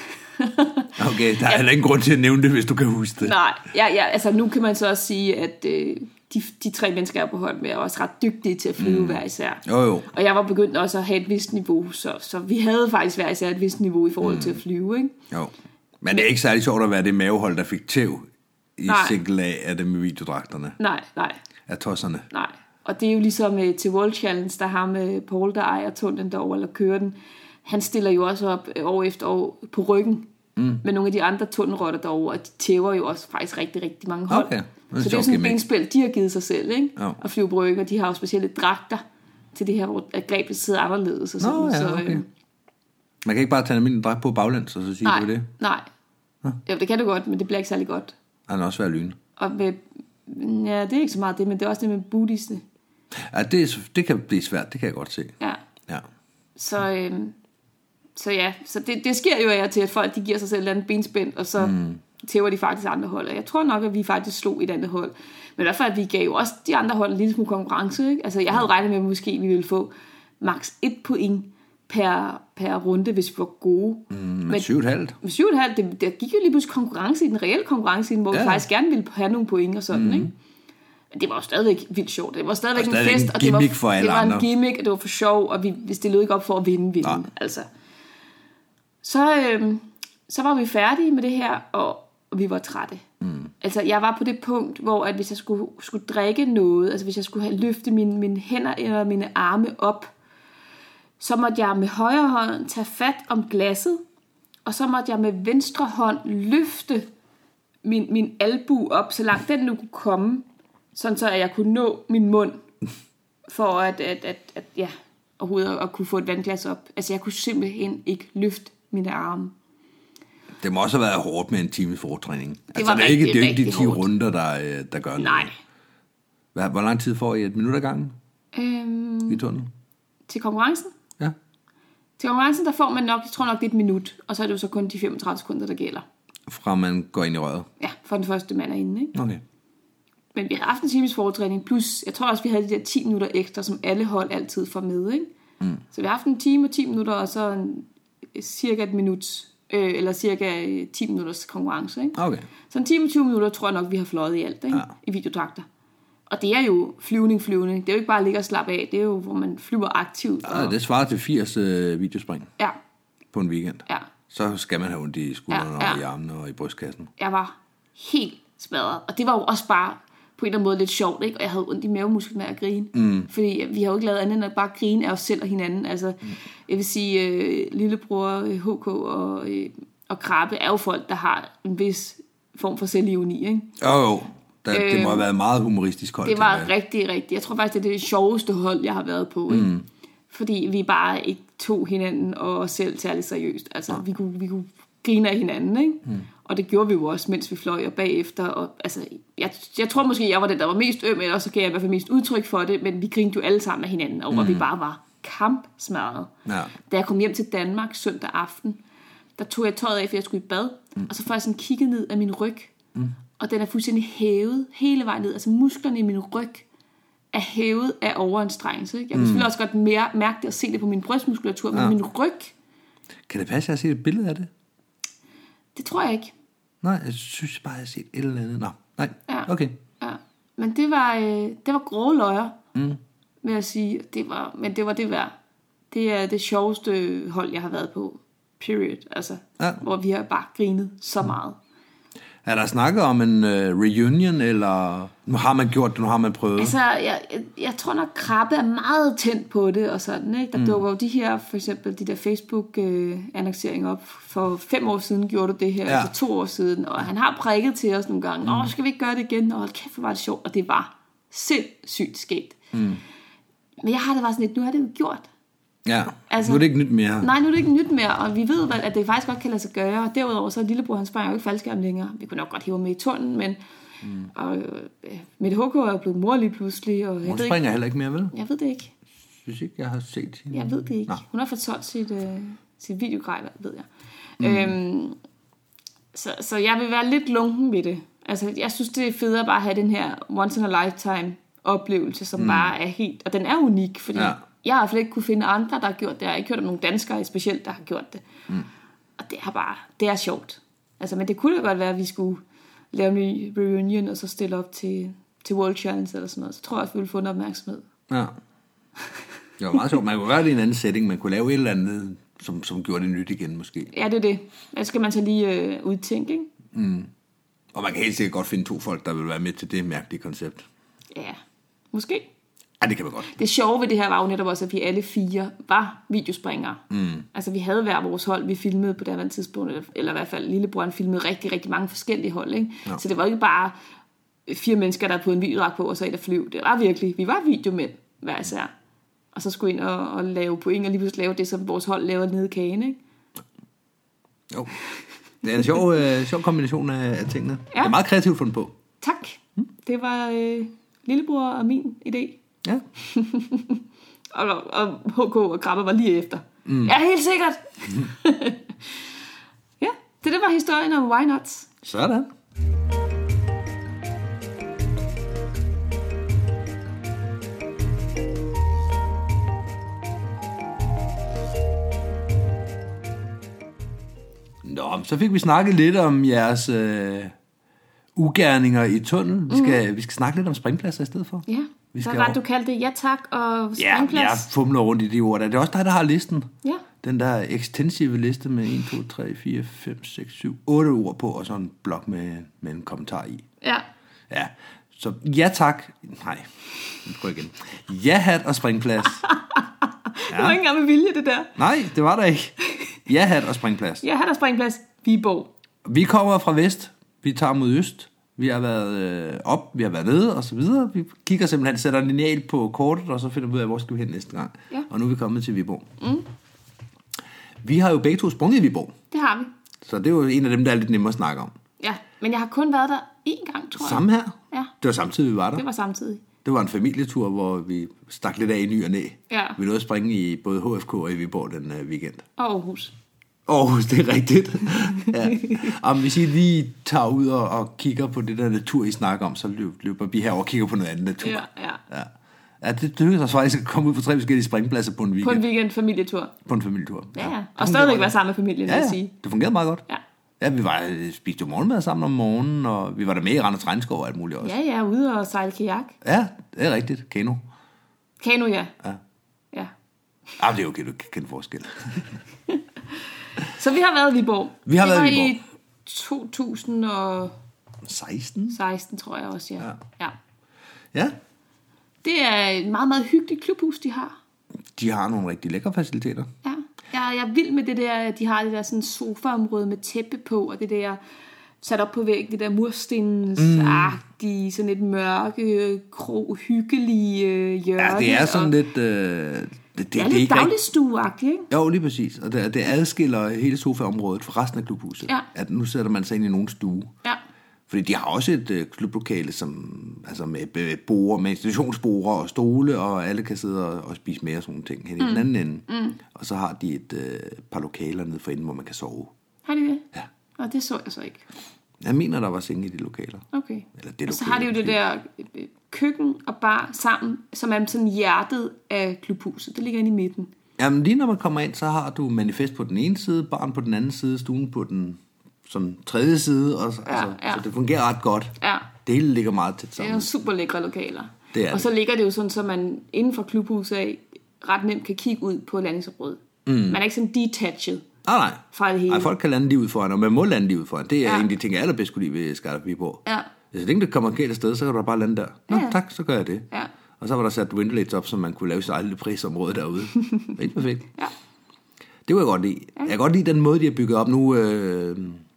Okay, der er heller ingen grund til at nævne det, hvis du kan huske det. Nej, ja, ja, altså nu kan man så også sige, at øh, de, de tre mennesker, jeg er på hold med, er også ret dygtige til at flyve mm. hver især. Jo, jo. Og jeg var begyndt også at have et vist niveau, så, så vi havde faktisk hver især et vist niveau i forhold mm. til at flyve, ikke? Jo. Men det er ikke særlig sjovt at være det mavehold, der fik tæv i Nej. single A af dem med videodragterne. Nej, nej, Af tosserne. nej. Og det er jo ligesom uh, til World Challenge, der har med Paul, der ejer tunnelen derovre, eller kører den. Han stiller jo også op øh, år efter år på ryggen mm. med nogle af de andre tunnelrotter derovre, og de tæver jo også faktisk rigtig, rigtig mange hold. Okay. Det er Så det er jo sådan et benspil, de har givet sig selv, ikke? Jo. At flyve på ryggen, og de har jo specielle dragter til det her, hvor grebet sidder anderledes. Og sådan. Nå, ja, så, okay. øh, Man kan ikke bare tage en almindelig dragt på baglæns, og så sige, nej, det var det. nej. Jo, det kan du godt, men det bliver ikke særlig godt. Han kan også være lyn. Og med, ja, det er ikke så meget det, men det er også det med bootiesne. Ja, det, er, det kan blive svært, det kan jeg godt se. Ja. Ja. Så, øh, så ja, så det, det sker jo af til, at folk de giver sig selv et eller andet benspænd, og så mm. tæver de faktisk andre hold. Og jeg tror nok, at vi faktisk slog et andet hold. Men i hvert fald, at vi gav jo også de andre hold en lille smule konkurrence. Ikke? Altså, jeg havde regnet med, at måske vi ville få maks et point per, per runde, hvis vi var gode. Mm, med syv komma fem. Med syv komma fem, det, der gik jo lige pludselig konkurrence i den reelle konkurrence, hvor ja. vi faktisk gerne ville have nogle point og sådan, mm. ikke? Men det var jo stadigvæk vildt sjovt. Det var stadigvæk og en fest, en og det var, for alle det var en andre. gimmick, og det var for sjov, og vi, vi stillede ikke op for at vinde, vinde. Nej. Altså. Så, øhm, så var vi færdige med det her, og, og vi var trætte. Mm. Altså, jeg var på det punkt, hvor at hvis jeg skulle, skulle drikke noget, altså hvis jeg skulle have løfte mine, mine hænder eller mine arme op, så måtte jeg med højre hånd tage fat om glasset, og så måtte jeg med venstre hånd løfte min, min albu op, så langt den nu kunne komme, sådan så at jeg kunne nå min mund, for at, at, at, at ja, overhovedet at kunne få et vandglas op. Altså jeg kunne simpelthen ikke løfte mine arme. Det må også have været hårdt med en times fortræning. Det altså var det er rigtig, ikke, det er ikke de ti hårdt. runder, der, der gør noget. Nej. Hvad, hvor lang tid får I? Et minut ad gangen? Øhm, I tunnelen? til konkurrencen? Ja. Til konkurrencen, der får man nok, jeg tror nok, det er et minut, og så er det jo så kun de femogtredive sekunder, der gælder. Fra man går ind i røret? Ja, for den første mand er inde, ikke? Okay. Men vi har haft en times fortræning, plus jeg tror også, vi havde de der ti minutter ekstra, som alle hold altid får med, ikke? Mm. Så vi har haft en time og ti minutter, og så en, cirka et minut, øh, eller cirka ti minutters konkurrence, ikke? Okay. Så en time og tyve minutter tror jeg nok, vi har fløjet i alt, ikke? Ja. I videodragter. Og det er jo flyvning, flyvning. Det er jo ikke bare at ligge og slappe af. Det er jo, hvor man flyver aktivt. Og... Ja, det svarer til firs øh, videospring Ja. på en weekend. Ja. Så skal man have ondt i skuldrene Ja, ja. og i armene og i brystkassen. Jeg var helt smadret. Og det var jo også bare på en eller anden måde lidt sjovt, ikke? Og jeg havde ondt i mavemusklerne af at grine. Mm. Fordi vi har jo ikke lavet andet end at bare grine af os selv og hinanden. Altså, mm. jeg vil sige, øh, lillebror H K og, øh, og Krabbe er jo folk, der har en vis form for selvironi, ikke? Jo, jo. Der, øh, det må have været meget humoristisk hold. Det var rigtig, rigtig. Jeg tror faktisk, det er det sjoveste hold, jeg har været på, ikke? Mm. Fordi vi bare ikke tog hinanden og os selv særligt seriøst. Altså, ja. vi, kunne, vi kunne grine af hinanden, ikke? Mm. Og det gjorde vi jo også, mens vi fløj og bagefter. Og, altså, jeg, jeg tror måske, jeg var den, der var mest øm, eller så gav jeg i hvert fald mest udtryk for det, men vi grinede jo alle sammen af hinanden, og mm. vi bare var kampsmadret. Ja. Da jeg kom hjem til Danmark søndag aften, der tog jeg tøjet af, for jeg skulle i bad, mm. og så får jeg sådan kigget ned af min ryg, mm. og den er fuldstændig hævet hele vejen ned. Altså musklerne i min ryg er hævet af overanstrengelse. Ikke? Jeg kan mm. selvfølgelig også godt mere, mærke det og se det på min brystmuskulatur, men ja. min ryg... Kan det passe, at jeg har set et billede af det? Det tror jeg ikke. Nej, jeg synes bare, jeg har set et eller andet. Nå, nej, ja. okay. Ja. Men det var, øh, det var grove løjer, mm. vil jeg sige. Det var, men det var det værd. Det er det sjoveste hold, jeg har været på. Period. Altså, ja. Hvor vi har bare grinet så meget. Er der snakket om en uh, reunion, eller nu har man gjort det, nu har man prøvet? Altså, jeg, jeg, jeg tror nok, Krabbe er meget tændt på det, og sådan, ikke? Der mm. dukker jo de her, for eksempel de der Facebook-annonceringer op. For fem år siden gjorde du det her, ja. altså to år siden, og han har prikket til os nogle gange. Åh, mm. skal vi ikke gøre det igen? Åh, kæft, hvor var det sjovt, og det var sindssygt sket. Mm. Men jeg har det bare sådan lidt, nu har det jo gjort. Ja, altså, nu er det ikke nyt mere. Nej, nu er det ikke nyt mere, og vi ved, at det faktisk godt kan lade sig gøre. Og derudover så er lillebror, han sprang jo ikke faldskærm længere. Vi kunne nok godt hive med i tunnelen, men mm. og, øh, Mette H K er blevet mor lige pludselig. Og jeg Hun ved springer ikke, heller ikke mere, vel? Jeg ved det ikke. Jeg synes ikke, jeg har set hende. Jeg ved det ikke. Nå. Hun har fået solgt sit, øh, sit videogrej, ved jeg. Mm. Øhm, så, så jeg vil være lidt lunken ved det. Altså, jeg synes, det er federe at bare have den her once in a lifetime oplevelse, som mm. bare er helt... Og den er unik, fordi... Ja. Jeg har i hvert fald ikke kunne finde andre, der har gjort det. Jeg har ikke hørt om nogle danskere specielt, der har gjort det. Mm. Og det er bare, det er sjovt. Altså, men det kunne jo godt være, at vi skulle lave en ny reunion, og så stille op til, til World Challenge eller sådan noget. Så tror jeg, at vi ville få en opmærksomhed. Ja. Det var meget sjovt. Man kunne gøre det i en anden setting. Man kunne lave et eller andet, som, som gjorde det nyt igen, måske. Ja, det er det. Det skal man så lige øh, udtænke, ikke? Mm. Og man kan helt sikkert godt finde to folk, der vil være med til det mærkelige koncept. Ja, måske. Ja, det kan man godt. Det sjove ved det her var jo netop også, at vi alle fire var videospringere. Mm. Altså, vi havde hver vores hold, vi filmede på det andet tidspunkt, eller, eller i hvert fald lillebroren filmede rigtig, rigtig mange forskellige hold, ikke? Ja. Så det var ikke bare fire mennesker, der på en videodragt på, og så et der flyv. Det var virkelig, vi var videomænd, hver især. Og så skulle ind og, og lave point, og lige pludselig lave det, som vores hold laver nede i kagen, ikke? Jo. Det er en sjov, øh, sjov kombination af, af tingene. Ja. Det er meget kreativt fundet på. Tak. Mm. Det var øh, lillebror og min idé. Ja. og, og H K og Krabbe var lige efter. Mm. Ja, helt sikkert. Ja, det, det var historien om Why Not. Sådan. Nå, så fik vi snakket lidt om jeres øh, ugerninger i tunnel. Vi skal, mm. vi skal snakke lidt om springpladser i stedet for. Ja. Hvad var det, du kaldte det? Ja tak og springplads? Ja, jeg fumler rundt i de ord. Det er også dig, der har listen. Ja. Den der ekstensive liste med en, to, tre, fire, fem, seks, syv, otte ord på, og så en blok med, med en kommentar i. Ja. Ja, så ja tak. Nej, prøv igen. Ja hat og springplads. Ja. Det var ikke engang med vilje, det der. Nej, det var der ikke. Ja hat og springplads. Ja hat og springplads. Viborg. Vi kommer fra vest. Vi tager mod øst. Vi har været øh, op, vi har været nede og så videre. Vi kigger simpelthen, sætter en lineal på kortet, og så finder vi ud af, hvor skal vi hen næste gang. Ja. Og nu er vi kommet til Viborg. Mm. Vi har jo begge to sprunget i Viborg. Det har vi. Så det er jo en af dem, der er lidt nemmere at snakke om. Ja, men jeg har kun været der én gang, tror jeg. Samme her? Ja. Det var samtidig, vi var der. Det var samtidig. Det var en familietur, hvor vi stak lidt af i ny og næ. Ja. Vi nåede at springe i både H F K og i Viborg den uh, weekend. Og Aarhus. Aarhus, det er rigtigt. Ja. Og hvis I lige tager ud og, og kigger på det der natur, I snakker om, så løber, løber vi herover og kigger på noget andet natur. Ja, ja. Ja. Ja, det lykkedes os faktisk at komme ud på tre forskellige springpladser på en weekend. På en weekend familietur. På en familietur. Ja, ja. Og stadigvæk være sammen med familien, ja, vil ja. jeg sige. Det fungerede meget godt. Ja. Ja, vi var, spiste jo morgenmad sammen om morgenen, og vi var der med i Randers Regnskov og alt muligt også. Ja, ja, ude og sejle kajak. Ja, det er rigtigt. Kano. Kano, ja. Ja. Ja. Ah, det er okay, du kan kende forskel. Så vi har været i Viborg. Vi har det været i var Viborg. i to tusind og seksten? seksten, tror jeg også, ja. Ja. ja. Ja, Det er et meget, meget hyggeligt klubhus, de har. de har nogle rigtig lækre faciliteter. Ja. Jeg, jeg er vild med det der, de har det der sådan sofaområde med tæppe på, og det der sat op på væggen, det der murstensagtige, mm. sådan lidt mørke, krog, hyggelige hjørne. Ja, det er sådan og lidt... Øh, det, det, det er det lidt ikke dagligstueagtigt, ikke? Jo, lige præcis. Og det, det adskiller hele sofaområdet fra resten af klubhuset. Ja. At nu sætter man sig ind i nogen stue. Ja. Fordi de har også et øh, klublokale, som, altså med, med borde, med institutionsborde og stole, og alle kan sidde og, og spise mere og sådan nogle ting hen i mm. den anden ende. Mm. Og så har de et øh, par lokaler nede for enden, hvor man kan sove. Har de det? Ja. Og det så jeg så ikke. Jeg mener, der var senge i de lokaler. Okay. Eller det og så lokale, har de jo det måske. der øh, køkken og bar sammen, som er sådan hjertet af klubhuset. Det ligger inde i midten. Jamen lige når man kommer ind, så har du manifest på den ene side, barn på den anden side, stuen på den sådan tredje side. Og, Ja, altså, ja. Så det fungerer ret godt. Ja. Det hele ligger meget tæt Det er sammen. jo super lækre lokaler. Det er og det. så ligger det jo sådan, så man inden for klubhuset af ret nemt kan kigge ud på landingsområdet. Mm. Man er ikke sådan detached Nej, nej. fra det hele. Nej, folk kan lande lige ud foran, og man må lande lige ud foran. Det er Ja. ja. en af de ting, jeg allerbedst kunne lide ved Skarp Viborg. Ja. Hvis det ikke kommer galt afsted, så kan du bare lande der. Nå, Ja. tak, så gør jeg det. Ja. Og så var der sat windlates op, så man kunne lave sit eget lille prisområde derude. Det er perfekt. Ja. Det var jeg godt lide. Jeg kan godt lide den måde, de har bygget op. Nu, øh,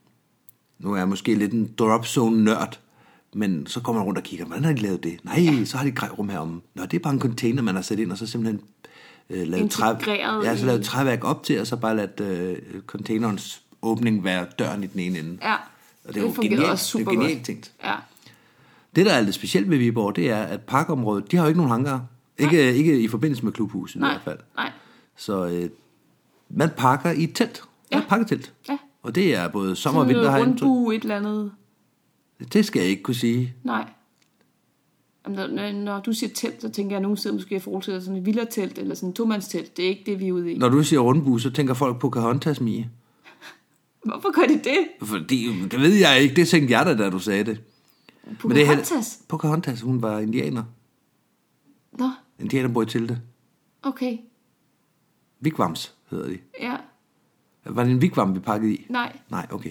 nu er jeg måske lidt en drop zone nørd, men så kommer man rundt og kigger, hvordan har de lavet det? Nej, ja. Så har de et grævrum herom. Nå, det er bare en container, man har sat ind, og så simpelthen øh, lavet, træ, Integreret ja, så i- lavet træværk op til, og så bare ladet øh, containerens åbning være døren i den ene ende. Ja. Og det er jo fungerer genialt, også super det er genialt godt. tænkt. Ja. Det, der er lidt specielt ved Viborg, det er, at parkområdet, de har jo ikke nogen hangar. Ikke, ikke i forbindelse med klubhuset Nej. i hvert fald. Nej. Så øh, man parker i et telt. Ja. Ja. Et pakketelt. Ja. Og det er både sommer og Sådan vinter. noget Har jeg indtryk. rundbue, et eller andet. Det skal jeg ikke kunne sige. Nej. Jamen, Når, når, når du siger telt, så tænker jeg, at nogen sidder måske i forhold til sådan et villatelt eller sådan et tomandstelt. Det er ikke det, vi er ude i. Når du siger rundbue, så tænker folk på Pocahontas, Mie. Hvorfor gør de det? Fordi, det ved jeg ikke. Det tænkte jeg da, da du sagde det. Men det er heller- Pocahontas? Pocahontas, hun var indianer. Nå, Indianer bor i telte. okay. Wigwams hedder de. Ja, Var det en wigwam, vi pakkede i? nej. Nej, okay.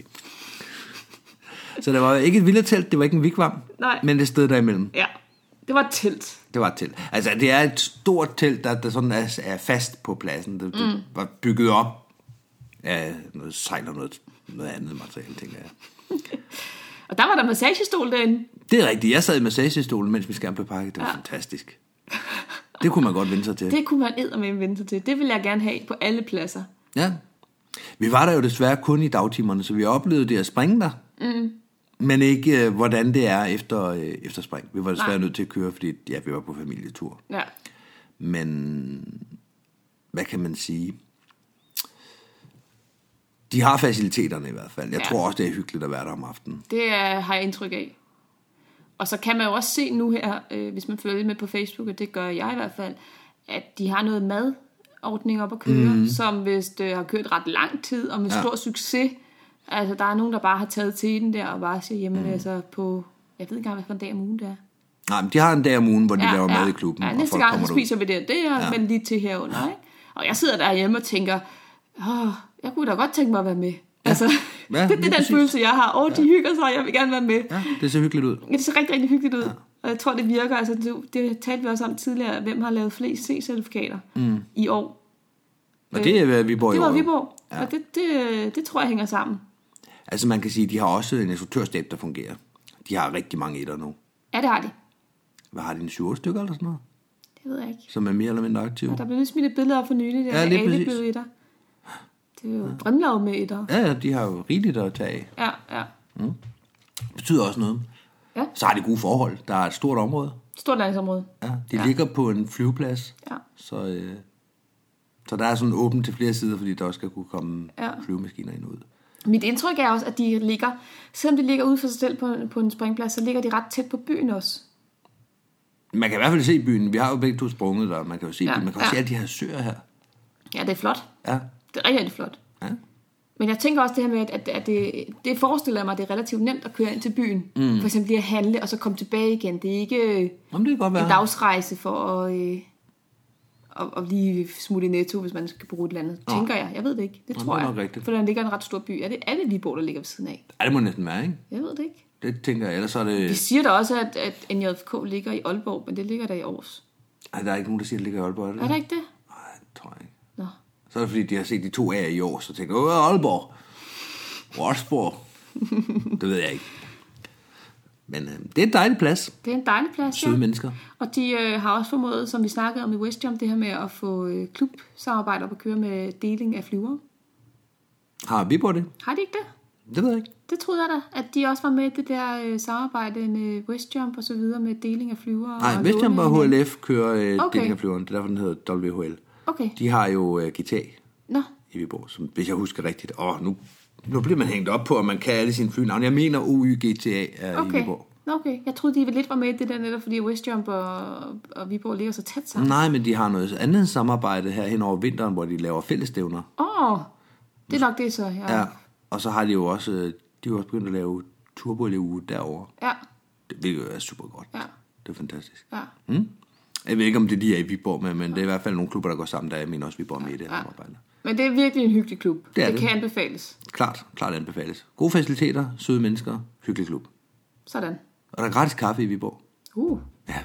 Så det var ikke et villatelt, det var ikke en wigwam. Nej. Men det sted derimellem. Ja, det var et telt. Det var et telt. Altså, det er et stort telt, der, der sådan er, er fast på pladsen. Det, det mm. var bygget op af noget sejl og noget, noget andet materiale, tænker jeg. Og der var der massagestol derinde. Det er rigtigt. Jeg sad i massagestolen, mens vi skærm blev pakket. Det var ja. fantastisk. Det kunne man godt vende sig til. Det kunne man eddermame vente sig til. Det vil jeg gerne have på alle pladser. Ja. Vi var der jo desværre kun i dagtimerne, så vi oplevede det at springe der. Mm. Men ikke, øh, hvordan det er efter, øh, efter spring. Vi var desværre Nej. nødt til at køre, fordi ja, vi var på familietur. Ja. Men hvad kan man sige? De har faciliteterne i hvert fald. Jeg Ja. tror også, det er hyggeligt at være der om aftenen. Det er, har jeg indtryk af. Og så kan man jo også se nu her, øh, hvis man følger med på Facebook, og det gør jeg i hvert fald, at de har noget madordning op at køre, mm. som hvis det har kørt ret lang tid, og med Ja. stor succes. Altså, der er nogen, der bare har taget til den der, og bare siger, jamen mm. altså på, jeg ved ikke engang, hvad for en dag om ugen det er. Nej, men de har en dag om ugen, hvor de Ja, laver ja. mad i klubben. Ja, og næste folk gang kommer så derud. spiser vi det, det er Ja. ja. vel lige til herunder, ikke? Og jeg sidder derhjemme og tænker, åh, jeg kunne da godt tænke mig at være med. Ja. Altså, Ja, det, det er lige den præcis. følelse, jeg har. Åh, de hygger sig, jeg vil gerne være med. Ja, det ser hyggeligt ud. Ja, det ser rigtig, rigtig hyggeligt ud. Ja. Og jeg tror, det virker. Altså, det, det talte vi også om tidligere. Hvem har lavet flest C-certifikater mm. i år? Og det er Viborg i Det var år, jo. Viborg. Ja. Og det, det, det tror jeg hænger sammen. Altså man kan sige, at de har også en instruktørstab, der fungerer. De har rigtig mange etter nu. Ja, det har de. Hvad har de, en syv stykker eller sådan noget? Det ved jeg ikke. Som er mere eller mindre aktive. Ja, der blev lige smidt et billede op for nylig, der Ja, lige alle præcis. blev etter. Det er jo ja. Brimlav med etter. Ja, ja, de har jo rigeligt at tage af. Ja, ja. Mm. Det betyder også noget. Ja. Så har de gode forhold. Der er et stort område. Stort landingsområde. Ja, de Ja. ligger på en flyveplads. Ja. Så, øh, så der er sådan åbent til flere sider, fordi der også skal kunne komme Ja. flyvemaskiner ind og ud. Mit indtryk er også, at de ligger, selvom de ligger ude for sig selv på, på en springplads, så ligger de ret tæt på byen også. Man kan i hvert fald se byen. Vi har jo begge to sprunget der. Man kan jo se Ja, byen. Man kan også ja. se alle de her søer her. Ja, det er flot. Ja. Det er rigtig, rigtig flot. Ja. Men jeg tænker også det her med, at, at det, det forestiller mig, at det er relativt nemt at køre ind til byen. Mm. For eksempel lige at handle, og så komme tilbage igen. Det er ikke Jamen, det kan godt være. en dagsrejse for at, øh, at, at lige smutte i Netto, hvis man skal bruge et eller andet. Nå. Tænker jeg. Jeg ved det ikke. Det Nå, tror det er jeg. nok rigtigt. For der ligger en ret stor by. Er det, er det Viborg, der ligger ved siden af? Ja, det må næsten være, ikke? Jeg ved det ikke. Det tænker jeg. Ellers så er det... Vi siger da også, at, at N J F K ligger i Aalborg, men det ligger der i Aarhus. Ej, der er ikke nogen, der siger, at det ligger i Aalborg. Er, det? Er der ikke det? Nej, det tror jeg ikke. Nå. Så er det fordi, de har set de to A'er i år, så tænker jeg, åh, Aalborg. Wolfsburg. Det ved jeg ikke. Men øh, det er en dejlig plads. Det er en dejlig plads, Søde ja. mennesker. Og de øh, har også formået, som vi snakkede om i Westjump, det her med at få øh, klubsamarbejder på at køre med deling af flyvere. Har vi på det? Har de ikke det? Det ved jeg ikke. Det troede jeg da, at de også var med i det der øh, samarbejde med Westjump og så videre med deling af flyvere. Nej, og Westjump og låne H L F kører øh, Okay. deling af flyveren. Det er derfor, den hedder W H L. Okay. De har jo øh, G T A Nå, i Viborg, som, hvis jeg husker rigtigt. Åh, nu, nu bliver man hængt op på, at man kan alle sine flynavne. Jeg mener, O Y G T A er okay. i Viborg. Nå, okay. Jeg troede, de lidt var med i det der netop, fordi Westjump og, og Viborg ligger så tæt sammen. Nej, men de har noget andet samarbejde her hen over vinteren, hvor de laver fællesstævner. Åh, oh, det er nok det så. Ja. Ja, og så har de jo også, de har jo også begyndt at lave turbo-uge derovre. Ja. Det vil jo være super godt. Ja. Det er fantastisk. Ja. Mm? Jeg ved ikke, om det lige er i Viborg, men, men det er i hvert fald nogle klubber, der går sammen, der jeg mener også Viborg med i det her samarbejde. Men det er virkelig en hyggelig klub. Det er det det. kan anbefales. Klart, klart anbefales. Gode faciliteter, søde mennesker, hyggelig klub. Sådan. Og der er gratis kaffe i Viborg. Uh. Ja.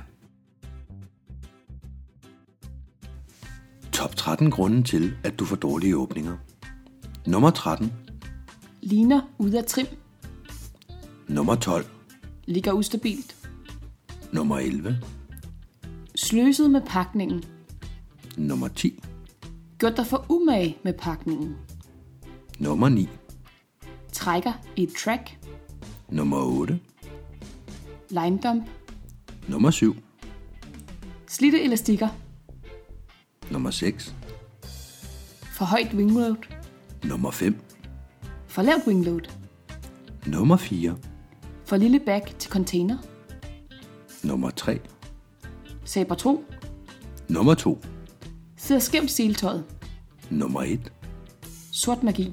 Top tretten grunde til, at du får dårlige åbninger. Nummer tretten. Ligner ude af trim. Nummer tolv. Ligger ustabilt. Nummer elleve. Sløset med pakningen. Nummer ti. Gjort dig for umage med pakningen. Nummer ni. Trækker i et track. Nummer otte. Line dump. Nummer syv. Slidte elastikker. Nummer seks. For højt wingload. Nummer fem. For lavt wingload. Nummer fire. For lille bag til container. Nummer tre. Saber to. Nummer to. Sidder skævt siltøjet. Nummer et. Sort magi.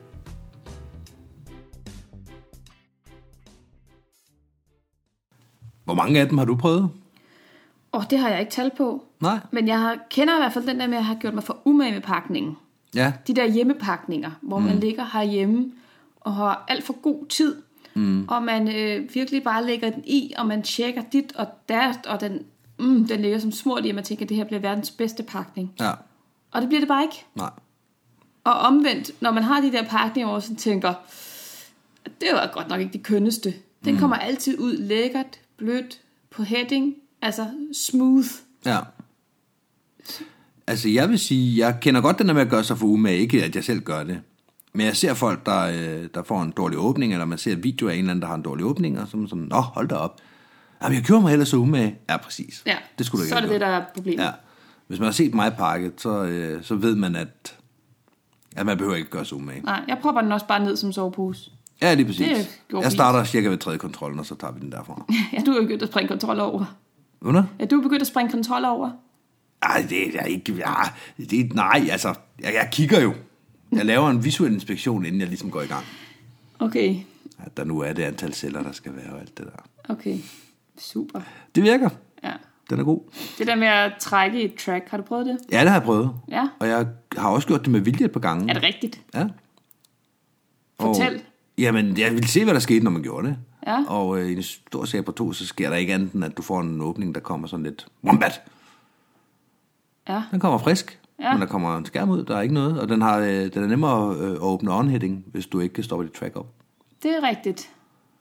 Hvor mange af dem har du prøvet? Åh, oh, det har jeg ikke tal på. Nej. Men jeg har, kender i hvert fald den der med at have gjort mig for umage med pakningen. Ja. De der hjemmepakninger, hvor mm. man ligger herhjemme og har alt for god tid. Mm. Og man øh, virkelig bare lægger den i, og man tjekker dit og dat, og den, mm, den ligger som smurt i, og man tænker, at det her bliver verdens bedste pakning. Ja. Og det bliver det bare ikke. Nej. Og omvendt, når man har de der pakninger, hvor man tænker, det var godt nok ikke det kønneste. Den mm. kommer altid ud lækkert, blødt, på heading, altså smooth. Ja. Altså jeg vil sige, jeg kender godt den der med at gøre sig for umage, ikke at jeg selv gør det. Men jeg ser folk, der, øh, der får en dårlig åbning, eller man ser et video af en eller anden, der har en dårlig åbning, og så er man sådan, nå, hold da op. Jamen, jeg gjorde mig ellers så umage. Ja, præcis. Ja, det skulle du ikke så er det det, der er problemet. Ja. Hvis man har set mig pakket, så, øh, så ved man, at, at man behøver ikke gøre sig umage. Nej, jeg propper den også bare ned som sovepose. Ja, lige præcis. Det jeg starter cirka ved tredje kontrollen, og så tager vi den derfra. Ja, du er jo begyndt at springe kontrol over. Under? Ja, du er begyndt at springe kontrol over. Ej, det er ikke... Ja, det, nej, altså, jeg, jeg kigger jo. Jeg laver en visuel inspektion, inden jeg ligesom går i gang. Okay. At der nu er det antal celler, der skal være og alt det der. Okay, super. Det virker. Ja. Den er god. Det der med at trække i et track, har du prøvet det? Ja, det har jeg prøvet. Ja. Og jeg har også gjort det med vilje et par gange. Er det rigtigt? Ja. Fortæl. Og, jamen, jeg ville se, hvad der skete, når man gjorde det. Ja. Og øh, i en stor Saber to, så sker der ikke andet, end at du får en åbning, der kommer sådan lidt... Wombat! Ja. Den kommer frisk, ja. Men der kommer en skærm ud, der er ikke noget. Og den, har, øh, den er nemmere øh, at åbne on-heading, hvis du ikke kan stoppe dit track op. Det er rigtigt.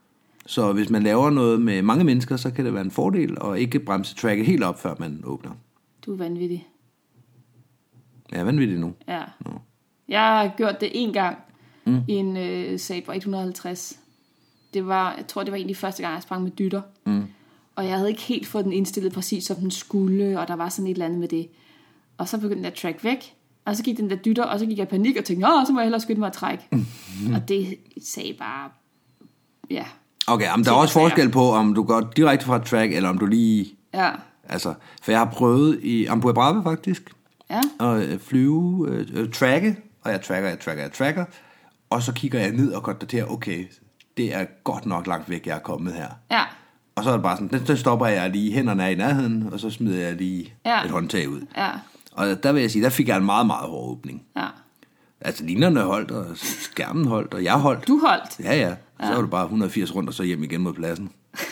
Så hvis man laver noget med mange mennesker, så kan det være en fordel at ikke bremse tracket helt op, før man åbner. Du er vanvittig. Jeg er vanvittig nu. Ja. Nå. Jeg har gjort det en gang mm. i en øh, Saber et hundrede og halvtreds. Det var, jeg tror, det var egentlig første gang, jeg sprang med dytter. Mm. Og jeg havde ikke helt fået den indstillet præcis, som den skulle, og der var sådan et eller andet med det. Og så begyndte den der track væk, og så gik den der dytter, og så gik jeg i panik og tænkte, åh, så må jeg hellere skynde mig at trække. Mm. Og det sagde bare, ja. Okay, men der er også forskel på, om du går direkte fra track, eller om du lige... Ja. Altså, for jeg har prøvet i Ampua Brave faktisk, ja. at flyve, øh, øh, tracke, og jeg tracker, jeg tracker, jeg tracker, og så kigger jeg ned og konstaterer, okay, det er godt nok langt væk, jeg er kommet her. Ja. Og så er det bare sådan, så stopper jeg lige, hænderne er i nærheden, og så smider jeg lige ja. et håndtag ud. Ja. Og der vil jeg sige, der fik jeg en meget, meget hård åbning. Ja. Altså linerne holdt, og skærmen holdt, og jeg holdt. Du holdt? Ja, ja. Så ja. var det bare et hundrede og firs rundt, og så hjem igen mod pladsen.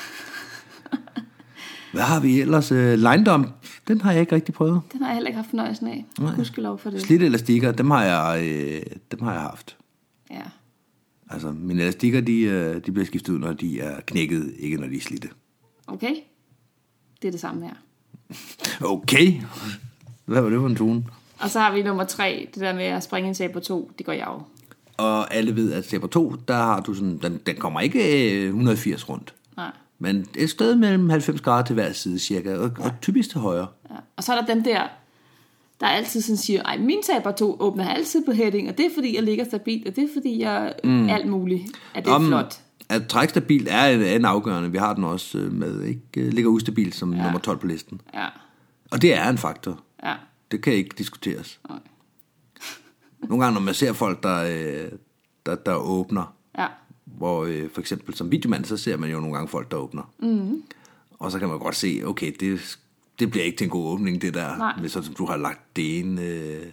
Hvad har vi ellers? Uh, line dump, den har jeg ikke rigtig prøvet. Den har jeg heller ikke haft fornøjelsen af. Gudskelov for det. Slidt elastikker, dem har jeg, øh, dem har jeg haft. Ja. Altså, mine elastikker, de, øh, de bliver skiftet ud, når de er knækket, ikke når de er slidte. Okay. Det er det samme her. Okay. Hvad var det for en tone? Og så har vi nummer tre, det der med at springe en Saber to, det går jeg jo. Og alle ved, at Saber to, der har du sådan, den, den kommer ikke et hundrede og firs rundt. Nej. Men et sted mellem halvfems grader til hver side cirka, og, ja. og typisk til højre. Ja. Og så er der dem der, der altid sådan siger, ej, min Saber to åbner altid på heading, og det er fordi, jeg ligger stabilt, og det er fordi, jeg mm. alt muligt, at det er Om, flot. At trække stabilt er en, en afgørende. Vi har den også med, ikke? Ligger ustabilt som ja. nummer tolv på listen. Ja. Og det er en faktor. Ja. Det kan ikke diskuteres. Nej. Nogle gange, når man ser folk, der, der, der åbner, ja. hvor for eksempel som videomand, så ser man jo nogle gange folk, der åbner. Mm. Og så kan man godt se, okay, det, det bliver ikke til en god åbning, det der. Med sådan som du har lagt det ene,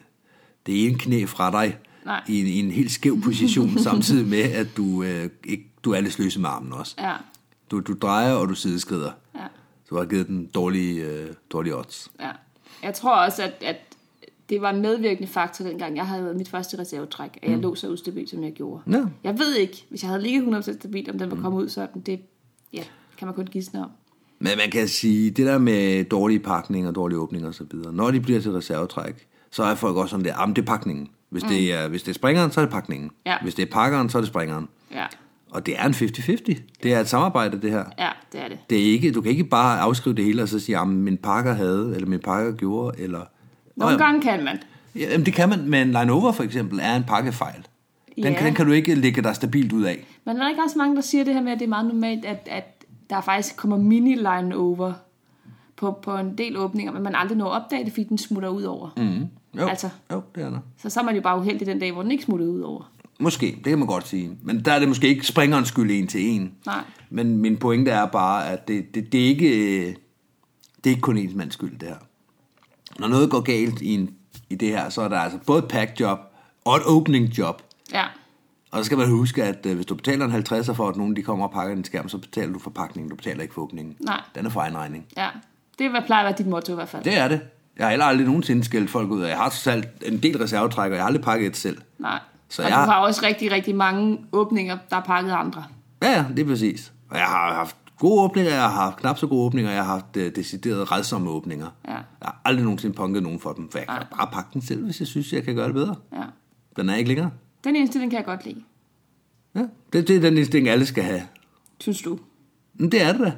det ene knæ fra dig i en, i en helt skæv position, samtidig med, at du, øh, ikke, du er lidt sløse med armen også. Ja. Du, du drejer, og du sideskrider. Ja. Du har givet den dårlige, øh, dårlige odds. Ja. Jeg tror også, at, at det var en medvirkende faktor, dengang jeg havde mit første reservetræk, at jeg mm. lå så ustabilt, som jeg gjorde. Ja. Jeg ved ikke, hvis jeg havde ligget hundrede procent stabilt, om den var kommet ud sådan, det ja, kan man kun gisne om. Men man kan sige, det der med dårlige pakninger, dårlige åbninger og så videre, når de bliver til reservetræk, så er folk også sådan der, ah, men det er pakningen. Hvis, mm. det er, hvis det er springeren, så er det pakningen. Ja. Hvis det er pakkeren, så er det springeren. Ja. Og det er en halvtreds halvtreds. Det er et samarbejde, det her. Ja, det er det. Det er ikke, du kan ikke bare afskrive det hele og så sige, at min pakker havde, eller min pakker gjorde, eller... Nogle oh, ja. gange kan man. Ja, det kan man, men line over for eksempel er en pakkefejl. Den, ja. den kan du ikke lægge dig stabilt ud af. Men der er ikke også mange, der siger det her med, at det er meget normalt, at, at der faktisk kommer mini-line over på, på en del åbninger, men man aldrig når at opdage det, fordi den smutter ud over. Mm. Jo, altså, jo, det er der. Så så er man jo bare uheldig den dag, hvor den ikke smutter ud over. Måske, det kan man godt sige. Men der er det måske ikke springerens skyld en til en. Nej. Men min pointe er bare, at det, det, det, er, ikke, det er ikke kun ens mands skyld, det her. Når noget går galt i, en, i det her, så er der altså både et pack-job og et opening-job. Ja. Og så skal man huske, at hvis du betaler en halvtredser for, at nogen de kommer og pakker din skærm, så betaler du for pakningen, du betaler ikke for åbningen. Nej. Den er for egen regning. Ja, det er, hvad plejer at være dit motto i hvert fald. Det er det. Jeg har heller aldrig nogensinde skældt folk ud af. Jeg har selv en del reservetrækker, jeg har aldrig pakket et selv. Nej, så og jeg... du har også rigtig, rigtig mange åbninger, der er pakket andre. Ja, ja, det er præcis. Og jeg har haft gode åbninger, jeg har haft knap så gode åbninger, jeg har haft uh, deciderede redsomme åbninger. Ja. Jeg har aldrig nogensinde punket nogen for dem, for jeg kan ja. bare pakke den selv, hvis jeg synes, jeg kan gøre det bedre. Ja. Den er ikke længere. Den indstilling kan jeg godt lide. Ja, det, det er den indstilling, alle skal have. Synes du? Men det er det da.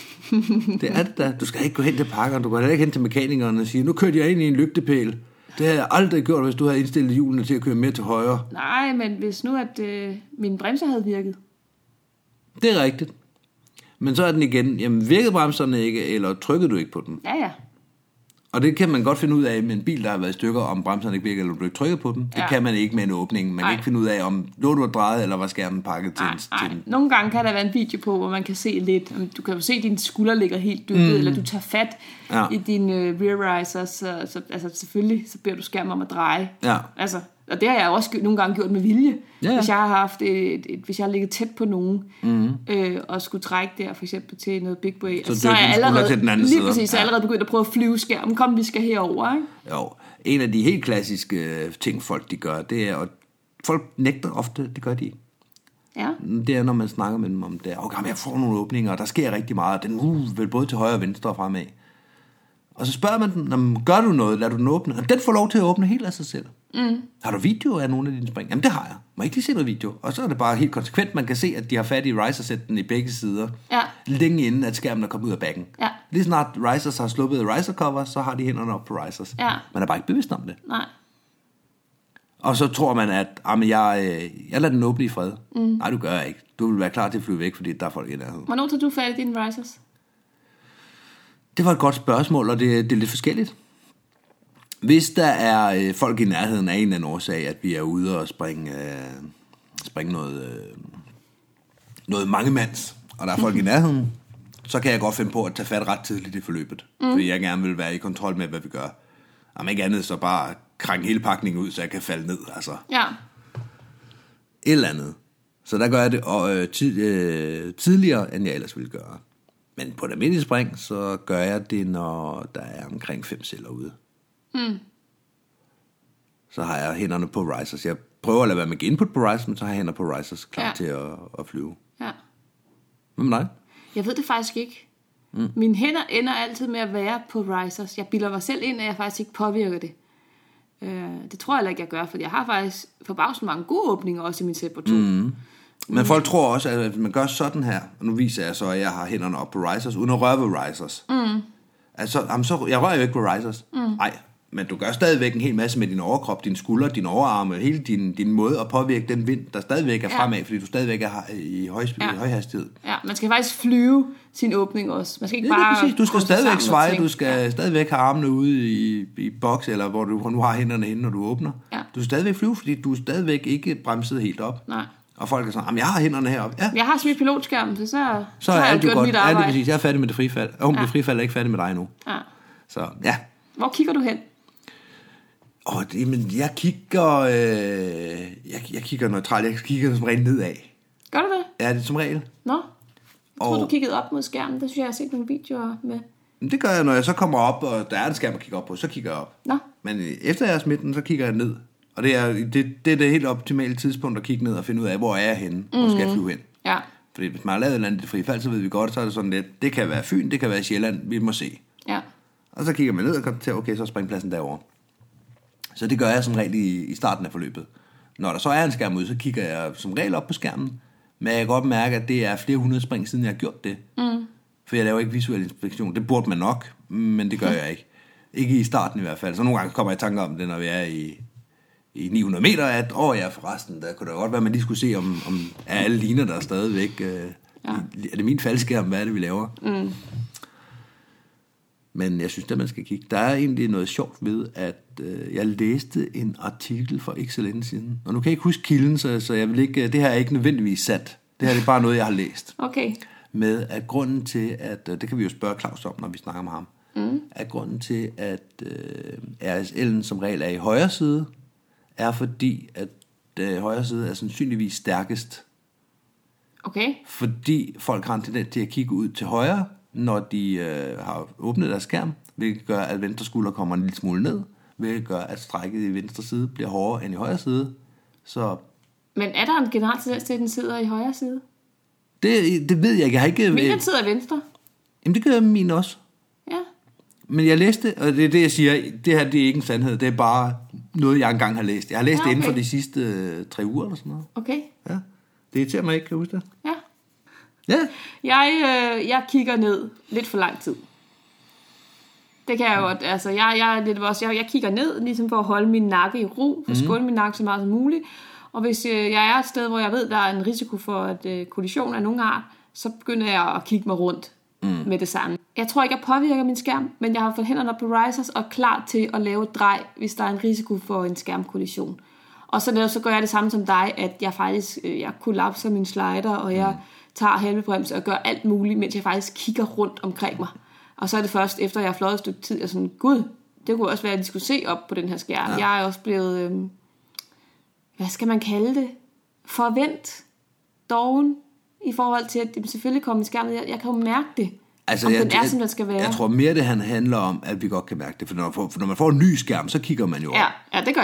Det er det da. Du skal ikke gå hen til pakkeren, du går heller ikke hen til mekanikeren og sige, nu kørte jeg ind i en lygtepæl. Det har jeg aldrig gjort, hvis du havde indstillet hjulene til at køre mere til højre. Nej, men hvis nu, at øh, mine bremser havde virket. Det er rigtigt. Men så er den igen, jamen virkede bremserne ikke, eller trykkede du ikke på dem? Ja, ja. Og det kan man godt finde ud af med en bil, der har været i stykker, om bremserne ikke virker, eller du ikke trykket på dem. Det ja. kan man ikke med en åbning. Man Ej. kan ikke finde ud af, om lå du har drejet, eller var skærmen pakket til, Ej, en, ej. til en... Nogle gange kan der være en video på, hvor man kan se lidt. Du kan jo se, at dine skulder ligger helt dybet, mm. eller du tager fat ja. i din uh, rear riser, så, så altså, selvfølgelig så beder du skærmen om at dreje. Ja. Altså, og det har jeg også nogle gange gjort med vilje. Ja. Hvis jeg har haft et, et, et, hvis jeg har ligget tæt på nogen mm. øh, og skulle trække der for eksempel til noget big boy, så, så er jeg allerede til den anden lige side. præcis, så er jeg allerede begyndt at prøve at flyve skærmen. Kom, vi skal herover, ikke? Jo, en af de helt klassiske ting folk de gør, det er at folk nægter ofte, det gør de ikke. Ja. Det er, når man snakker med dem om det. Okay, men jeg får nogle åbninger, og der sker rigtig meget. Den uh, vil både til højre og venstre og fremad. Og så spørger man den, gør du noget, lader du den åbne? Og den får lov til at åbne helt af sig selv. Mm. Har du video af nogle af dine spring? Jamen det har jeg. Må jeg ikke lige se noget video? Og så er det bare helt konsekvent. Man kan se, at de har fat i riser-sætten i begge sider. Ja. Længe inden, at skærmen er kommet ud af backen. Ja. Lige snart risers har sluppet riser cover, så har de hænderne op på risers. Ja. Man er bare ikke bevidst om det. Nej. Og så tror man, at jamen, jeg, jeg lader den åbne i fred. Mm. Nej, du gør jeg ikke. Du vil være klar til at flyve væk, fordi der er folk i nærheden. Hvornår tager du fat i dine risers? Det var et godt spørgsmål, og det, det er lidt forskelligt. Hvis der er øh, folk i nærheden af en eller anden årsag, at vi er ude og springe, øh, springe noget, øh, noget mangemands, og der er folk i nærheden, så kan jeg godt finde på at tage fat ret tidligt i forløbet. Mm. Fordi jeg gerne vil være i kontrol med, hvad vi gør. Om ikke andet, så bare krænge hele pakningen ud, så jeg kan falde ned. Altså. Ja. Et eller andet. Så der gør jeg det og, øh, tid, øh, tidligere, end jeg ellers ville gøre. Men på et almindeligt spring, så gør jeg det, når der er omkring fem celler ude. Mm. Så har jeg hænderne på risers. Jeg prøver at lade være med input på risers, men så har jeg hænder på risers klar ja. til at, at flyve. Ja. Hvad med dig? Jeg ved det faktisk ikke. Mm. Mine hænder ender altid med at være på risers. Jeg bilder mig selv ind, at jeg faktisk ikke påvirker det. Øh, det tror jeg heller ikke, jeg gør, for jeg har faktisk forbavsende mange gode åbninger også i min Zebra to. Mm. Men folk tror også, at man gør sådan her, og nu viser jeg så, at jeg har hænderne op på risers, uden at røre ved risers. Mm. Altså, jamen, så, jeg rører jo ikke på risers. Nej, mm. men du gør stadigvæk en hel masse med din overkrop, dine skuldre, dine overarme, hele din, din måde at påvirke den vind, der stadigvæk er fremad, ja. fordi du stadigvæk er i høj, ja. høj hastighed. Ja, man skal faktisk flyve sin åbning også. Man skal ikke ja, bare... Præcis. Du skal stadigvæk sveje, du skal ja. stadigvæk have armene ude i, i boks, eller hvor du nu har hænderne inde, når du åbner. Ja. Du skal stadigvæk flyve, fordi du er stadigvæk ikke bremset helt op. Nej. Og folk er sådan, jeg har hænderne heroppe. Ja. Jeg har smidt pilotskærmen, så, så, så har jeg gjort godt. mit arbejde. Ja, præcis. Jeg er færdig med det frifald. Og ja. det frifald er ikke færdig med dig nu. Ja. Så, ja. Hvor kigger du hen? Åh, det, men jeg kigger... Øh, jeg, jeg kigger neutralt. Jeg kigger som regel nedad. Gør du det? Ja, det er som regel. Nå. Jeg tror, og, du kiggede op mod skærmen. Det synes jeg, jeg har set nogle videoer med. Det gør jeg, når jeg så kommer op, og der er en skærm at kigge op på, så kigger jeg op. Nå. Men efter jeg er smidt den, så kigger jeg ned. Og det er det, det er det helt optimale tidspunkt at kigge ned og finde ud af, hvor er jeg henne, hvor mm. skal jeg flyve hen. Ja. Fordi hvis man har lavet et eller andet fri fald, så ved vi godt, så er det sådan lidt, det kan være Fyn, det kan være Sjælland, vi må se. Ja. Og så kigger man ned og kommer til, okay, så er springpladsen derovre. Så det gør jeg som regel i, i starten af forløbet. Når der så er en skærm ud, så kigger jeg som regel op på skærmen, men jeg kan godt mærke, at det er flere hundrede spring, siden jeg har gjort det. Mm. For jeg laver ikke visuel inspektion. Det burde man nok, men det gør jeg ikke. Ikke i starten i hvert fald. Så nogle gange kommer jeg i tanker om det, når vi er i... i ni hundrede meter, at åh ja, forresten, der kunne det godt være, at man lige skulle se, om, om er alle ligner der stadigvæk. Øh, ja. Er det min faldskærm, hvad er det, vi laver? Mm. Men jeg synes, at man skal kigge. Der er egentlig noget sjovt ved, at øh, jeg læste en artikel for ikke så længe siden. Og nu kan jeg ikke huske kilden, så, så jeg vil ikke, det her er ikke nødvendigvis sandt. Det her er bare noget, jeg har læst. Okay. Med at grunden til, at, det kan vi jo spørge Claus om, når vi snakker med ham, mm. at grunden til, at øh, R S L'en som regel er i højre side, er fordi, at øh, højre side er sandsynligvis stærkest. Okay. Fordi folk har en tendens til at kigge ud til højre, når de øh, har åbnet deres skærm, hvilket gør, at venstre skulder kommer en lille smule ned, hvilket gør, at strækket i venstre side bliver hårdere end i højre side. Så... Men er der en generel tendens til, at den sidder i højre side? Det, det ved jeg ikke. Jeg har ikke... Min den sidder i venstre. Jamen det gør min også. Ja. Men jeg læste, og det er det, jeg siger, det her det er ikke en sandhed, det er bare noget, jeg engang har læst. Jeg har læst ja, okay. det inden for de sidste øh, tre uger eller sådan noget. Okay. Ja, det irriterer mig ikke, kan du huske det? Ja. Ja. Jeg, øh, jeg kigger ned lidt for lang tid. Det kan jeg jo, altså jeg, jeg, det også, jeg, jeg kigger ned, ligesom for at holde min nakke i ro, for at skåne min nakke så meget som muligt. Og hvis øh, jeg er et sted, hvor jeg ved, der er en risiko for at øh, kollision af nogen art, så begynder jeg at kigge mig rundt mm. med det samme. Jeg tror ikke, jeg påvirker min skærm, men jeg har fået hænderne op på risers og er klar til at lave et drej, hvis der er en risiko for en skærmkollision. Og så, så gør jeg det samme som dig, at jeg faktisk øh, jeg kollapser min slider, og jeg tager halvebremse og gør alt muligt, mens jeg faktisk kigger rundt omkring mig. Og så er det først, efter jeg har fløjet et stykke tid, jeg sådan, gud, det kunne også være, at de skulle se op på den her skærm. Ja. Jeg er også blevet, øh, hvad skal man kalde det, forvent, doven, i forhold til, at det selvfølgelig kommer i skærmen. Jeg, jeg kan jo mærke det, altså, om jeg, den er, som den skal være. Jeg tror mere, det han handler om, at vi godt kan mærke det. For når, for, for når man får en ny skærm, så kigger man jo op. Ja, ja, det gør jeg.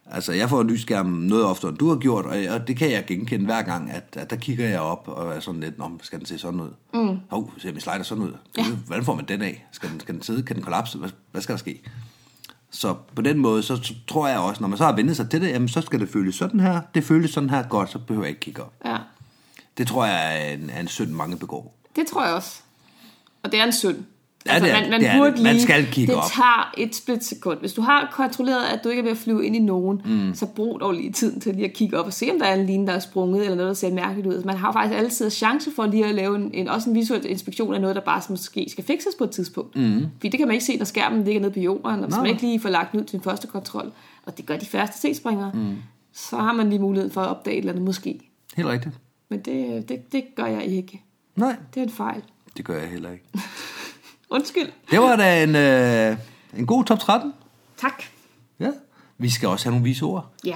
Altså, jeg får lysskærmen noget oftere, end du har gjort, og, og det kan jeg genkende hver gang, at, at der kigger jeg op og er sådan lidt, nå, skal den se sådan ud? Mm. Hov, ser min slider sådan ud? Ja. Hvordan får man den af? Skal den, skal den sidde? Kan den kollapse? Hvad, hvad skal der ske? Så på den måde, så, så tror jeg også, når man så har vendt sig til det, jamen, så skal det føles sådan her. Det føles sådan her godt, så behøver jeg ikke kigge op. Ja. Det tror jeg er en, er en synd, mange begår. Det tror jeg også. Og det er en synd. Ja, altså, det er, man, man, det er burde det. Man lige, skal kigge det op. Det tager et splitsekund. Hvis du har kontrolleret, at du ikke er ved at flyve ind i nogen, mm. så brug dog lige tiden til lige at kigge op og se, om der er en line, der er sprunget, eller noget, der ser mærkeligt ud. Man har faktisk altid chance for lige at lave en, en, også en visuel inspektion af noget, der bare måske skal fikses på et tidspunkt. Mm. Fordi det kan man ikke se, når skærmen ligger nede på jorden, og hvis man ikke lige får lagt den ud til en første kontrol, og det gør de færreste C-springere, mm. så har man lige mulighed for at opdage et eller andet måske. Helt rigtigt. Men det, det, det gør jeg ikke. Nej. Det er en fejl. Det gør jeg heller ikke. Undskyld. Det var da en, øh, en god top tretten. Tak. Ja. Vi skal også have nogle vise ord. Ja.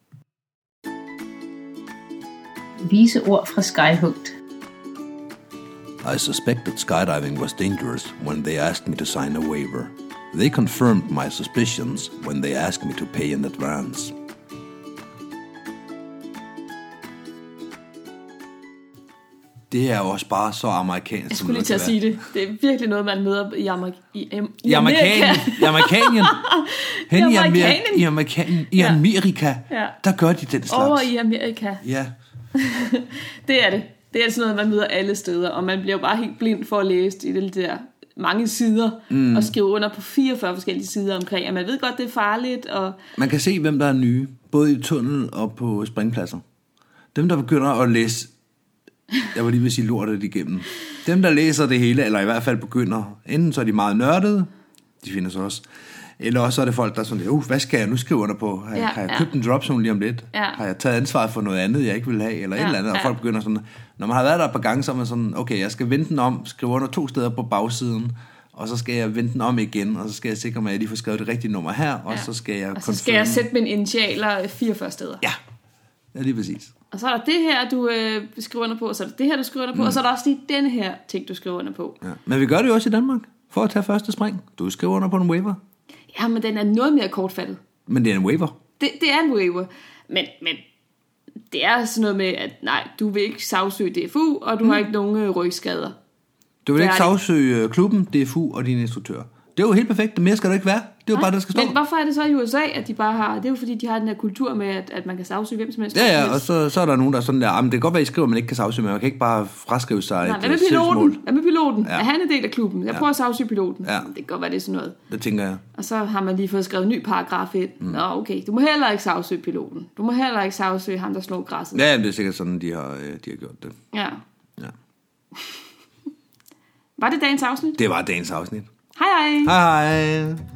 Vise ord fra Skyhooked. I suspected skydiving was dangerous when they asked me to sign a waiver. They confirmed my suspicions when they asked me to pay in advance. Det er jo også bare så amerikansk. Jeg skulle lige til at sige det. Det er virkelig noget, man møder i, Amerik- i, i, I Amerika. I Amerikanien. Hen i Amerika. I Amerika. I Ja. Amerika. Ja. Der gør de den slags. Over i Amerika. Ja. Det er det. Det er sådan noget, man møder alle steder, og man bliver jo bare helt blind for at læse i det der mange sider, mm. og skrive under på fireogfyrre forskellige sider omkring, at man ved godt, det er farligt. Og Man kan se, hvem der er nye, både i tunnel og på springpladser. Dem, der begynder at læse, jeg var lige ved at sige lortet igennem, dem, der læser det hele, eller i hvert fald begynder, enten så er de meget nørdede, de findes også, eller også er det folk, der er sådan, uh, hvad skal jeg nu skrive under på? Har, ja, har jeg købt ja. en dropzone lige om lidt? Ja. Har jeg taget ansvaret for noget andet, jeg ikke vil have? Eller ja, et eller andet, og ja. folk begynder sådan, når man har været der et par gange, så er man sådan, okay, jeg skal vente den om, skrive under to steder på bagsiden, og så skal jeg vente den om igen, og så skal jeg sikre mig, at jeg lige får skrevet det rigtige nummer her, og ja. så skal jeg... Og så skal jeg sætte mine initialer fireogfyrre steder. Ja, ja lige præcis. Og så er der det her, du øh, skriver under på, og så er der det her, du skriver under på, mm. og så er der også lige denne her ting, du skriver under på. Ja. Men vi gør det jo også i Danmark, for at tage første spring. Du skriver under på en waiver. Ja, men den er noget mere kortfattet. Men det er en waiver. Det, det er en waiver, men, men det er sådan noget med, at nej, du vil ikke sagsøge D F U, og du mm. har ikke nogen øh, rygskader. Du vil Det ikke er sagsøge klubben, D F U og din instruktør. Det er jo helt perfekt, mere skal det ikke være. Det er jo bare det, der skal stå. Men hvorfor er det så i U S A, at de bare har... Det er jo fordi, de har den her kultur med, at, at man kan sagsøge hvem som helst. Ja, ja, og så, så er der nogen, der er sådan der, ah, men det kan godt være, I skriver, at man ikke kan sagsøge, men man kan ikke bare fraskrive sig Nej, et hvad med selvsmål. piloten? Hvad med piloten? Ja. Er han en del af klubben? Jeg Ja. prøver at sagsøge piloten. Ja. Det kan godt være, det er sådan noget. Det tænker jeg. Og så har man lige fået skrevet en ny paragraf ind. Mm. Nå, okay, du må heller ikke sagsøge piloten. Du må heller ikke sagsøge ham, der slår græsset. Ja, det er sikkert sådan, de har, de har gjort det. Ja. Ja. Var det dagens afsnit? Det var dagens afsnit. Hej hej! Hej hej!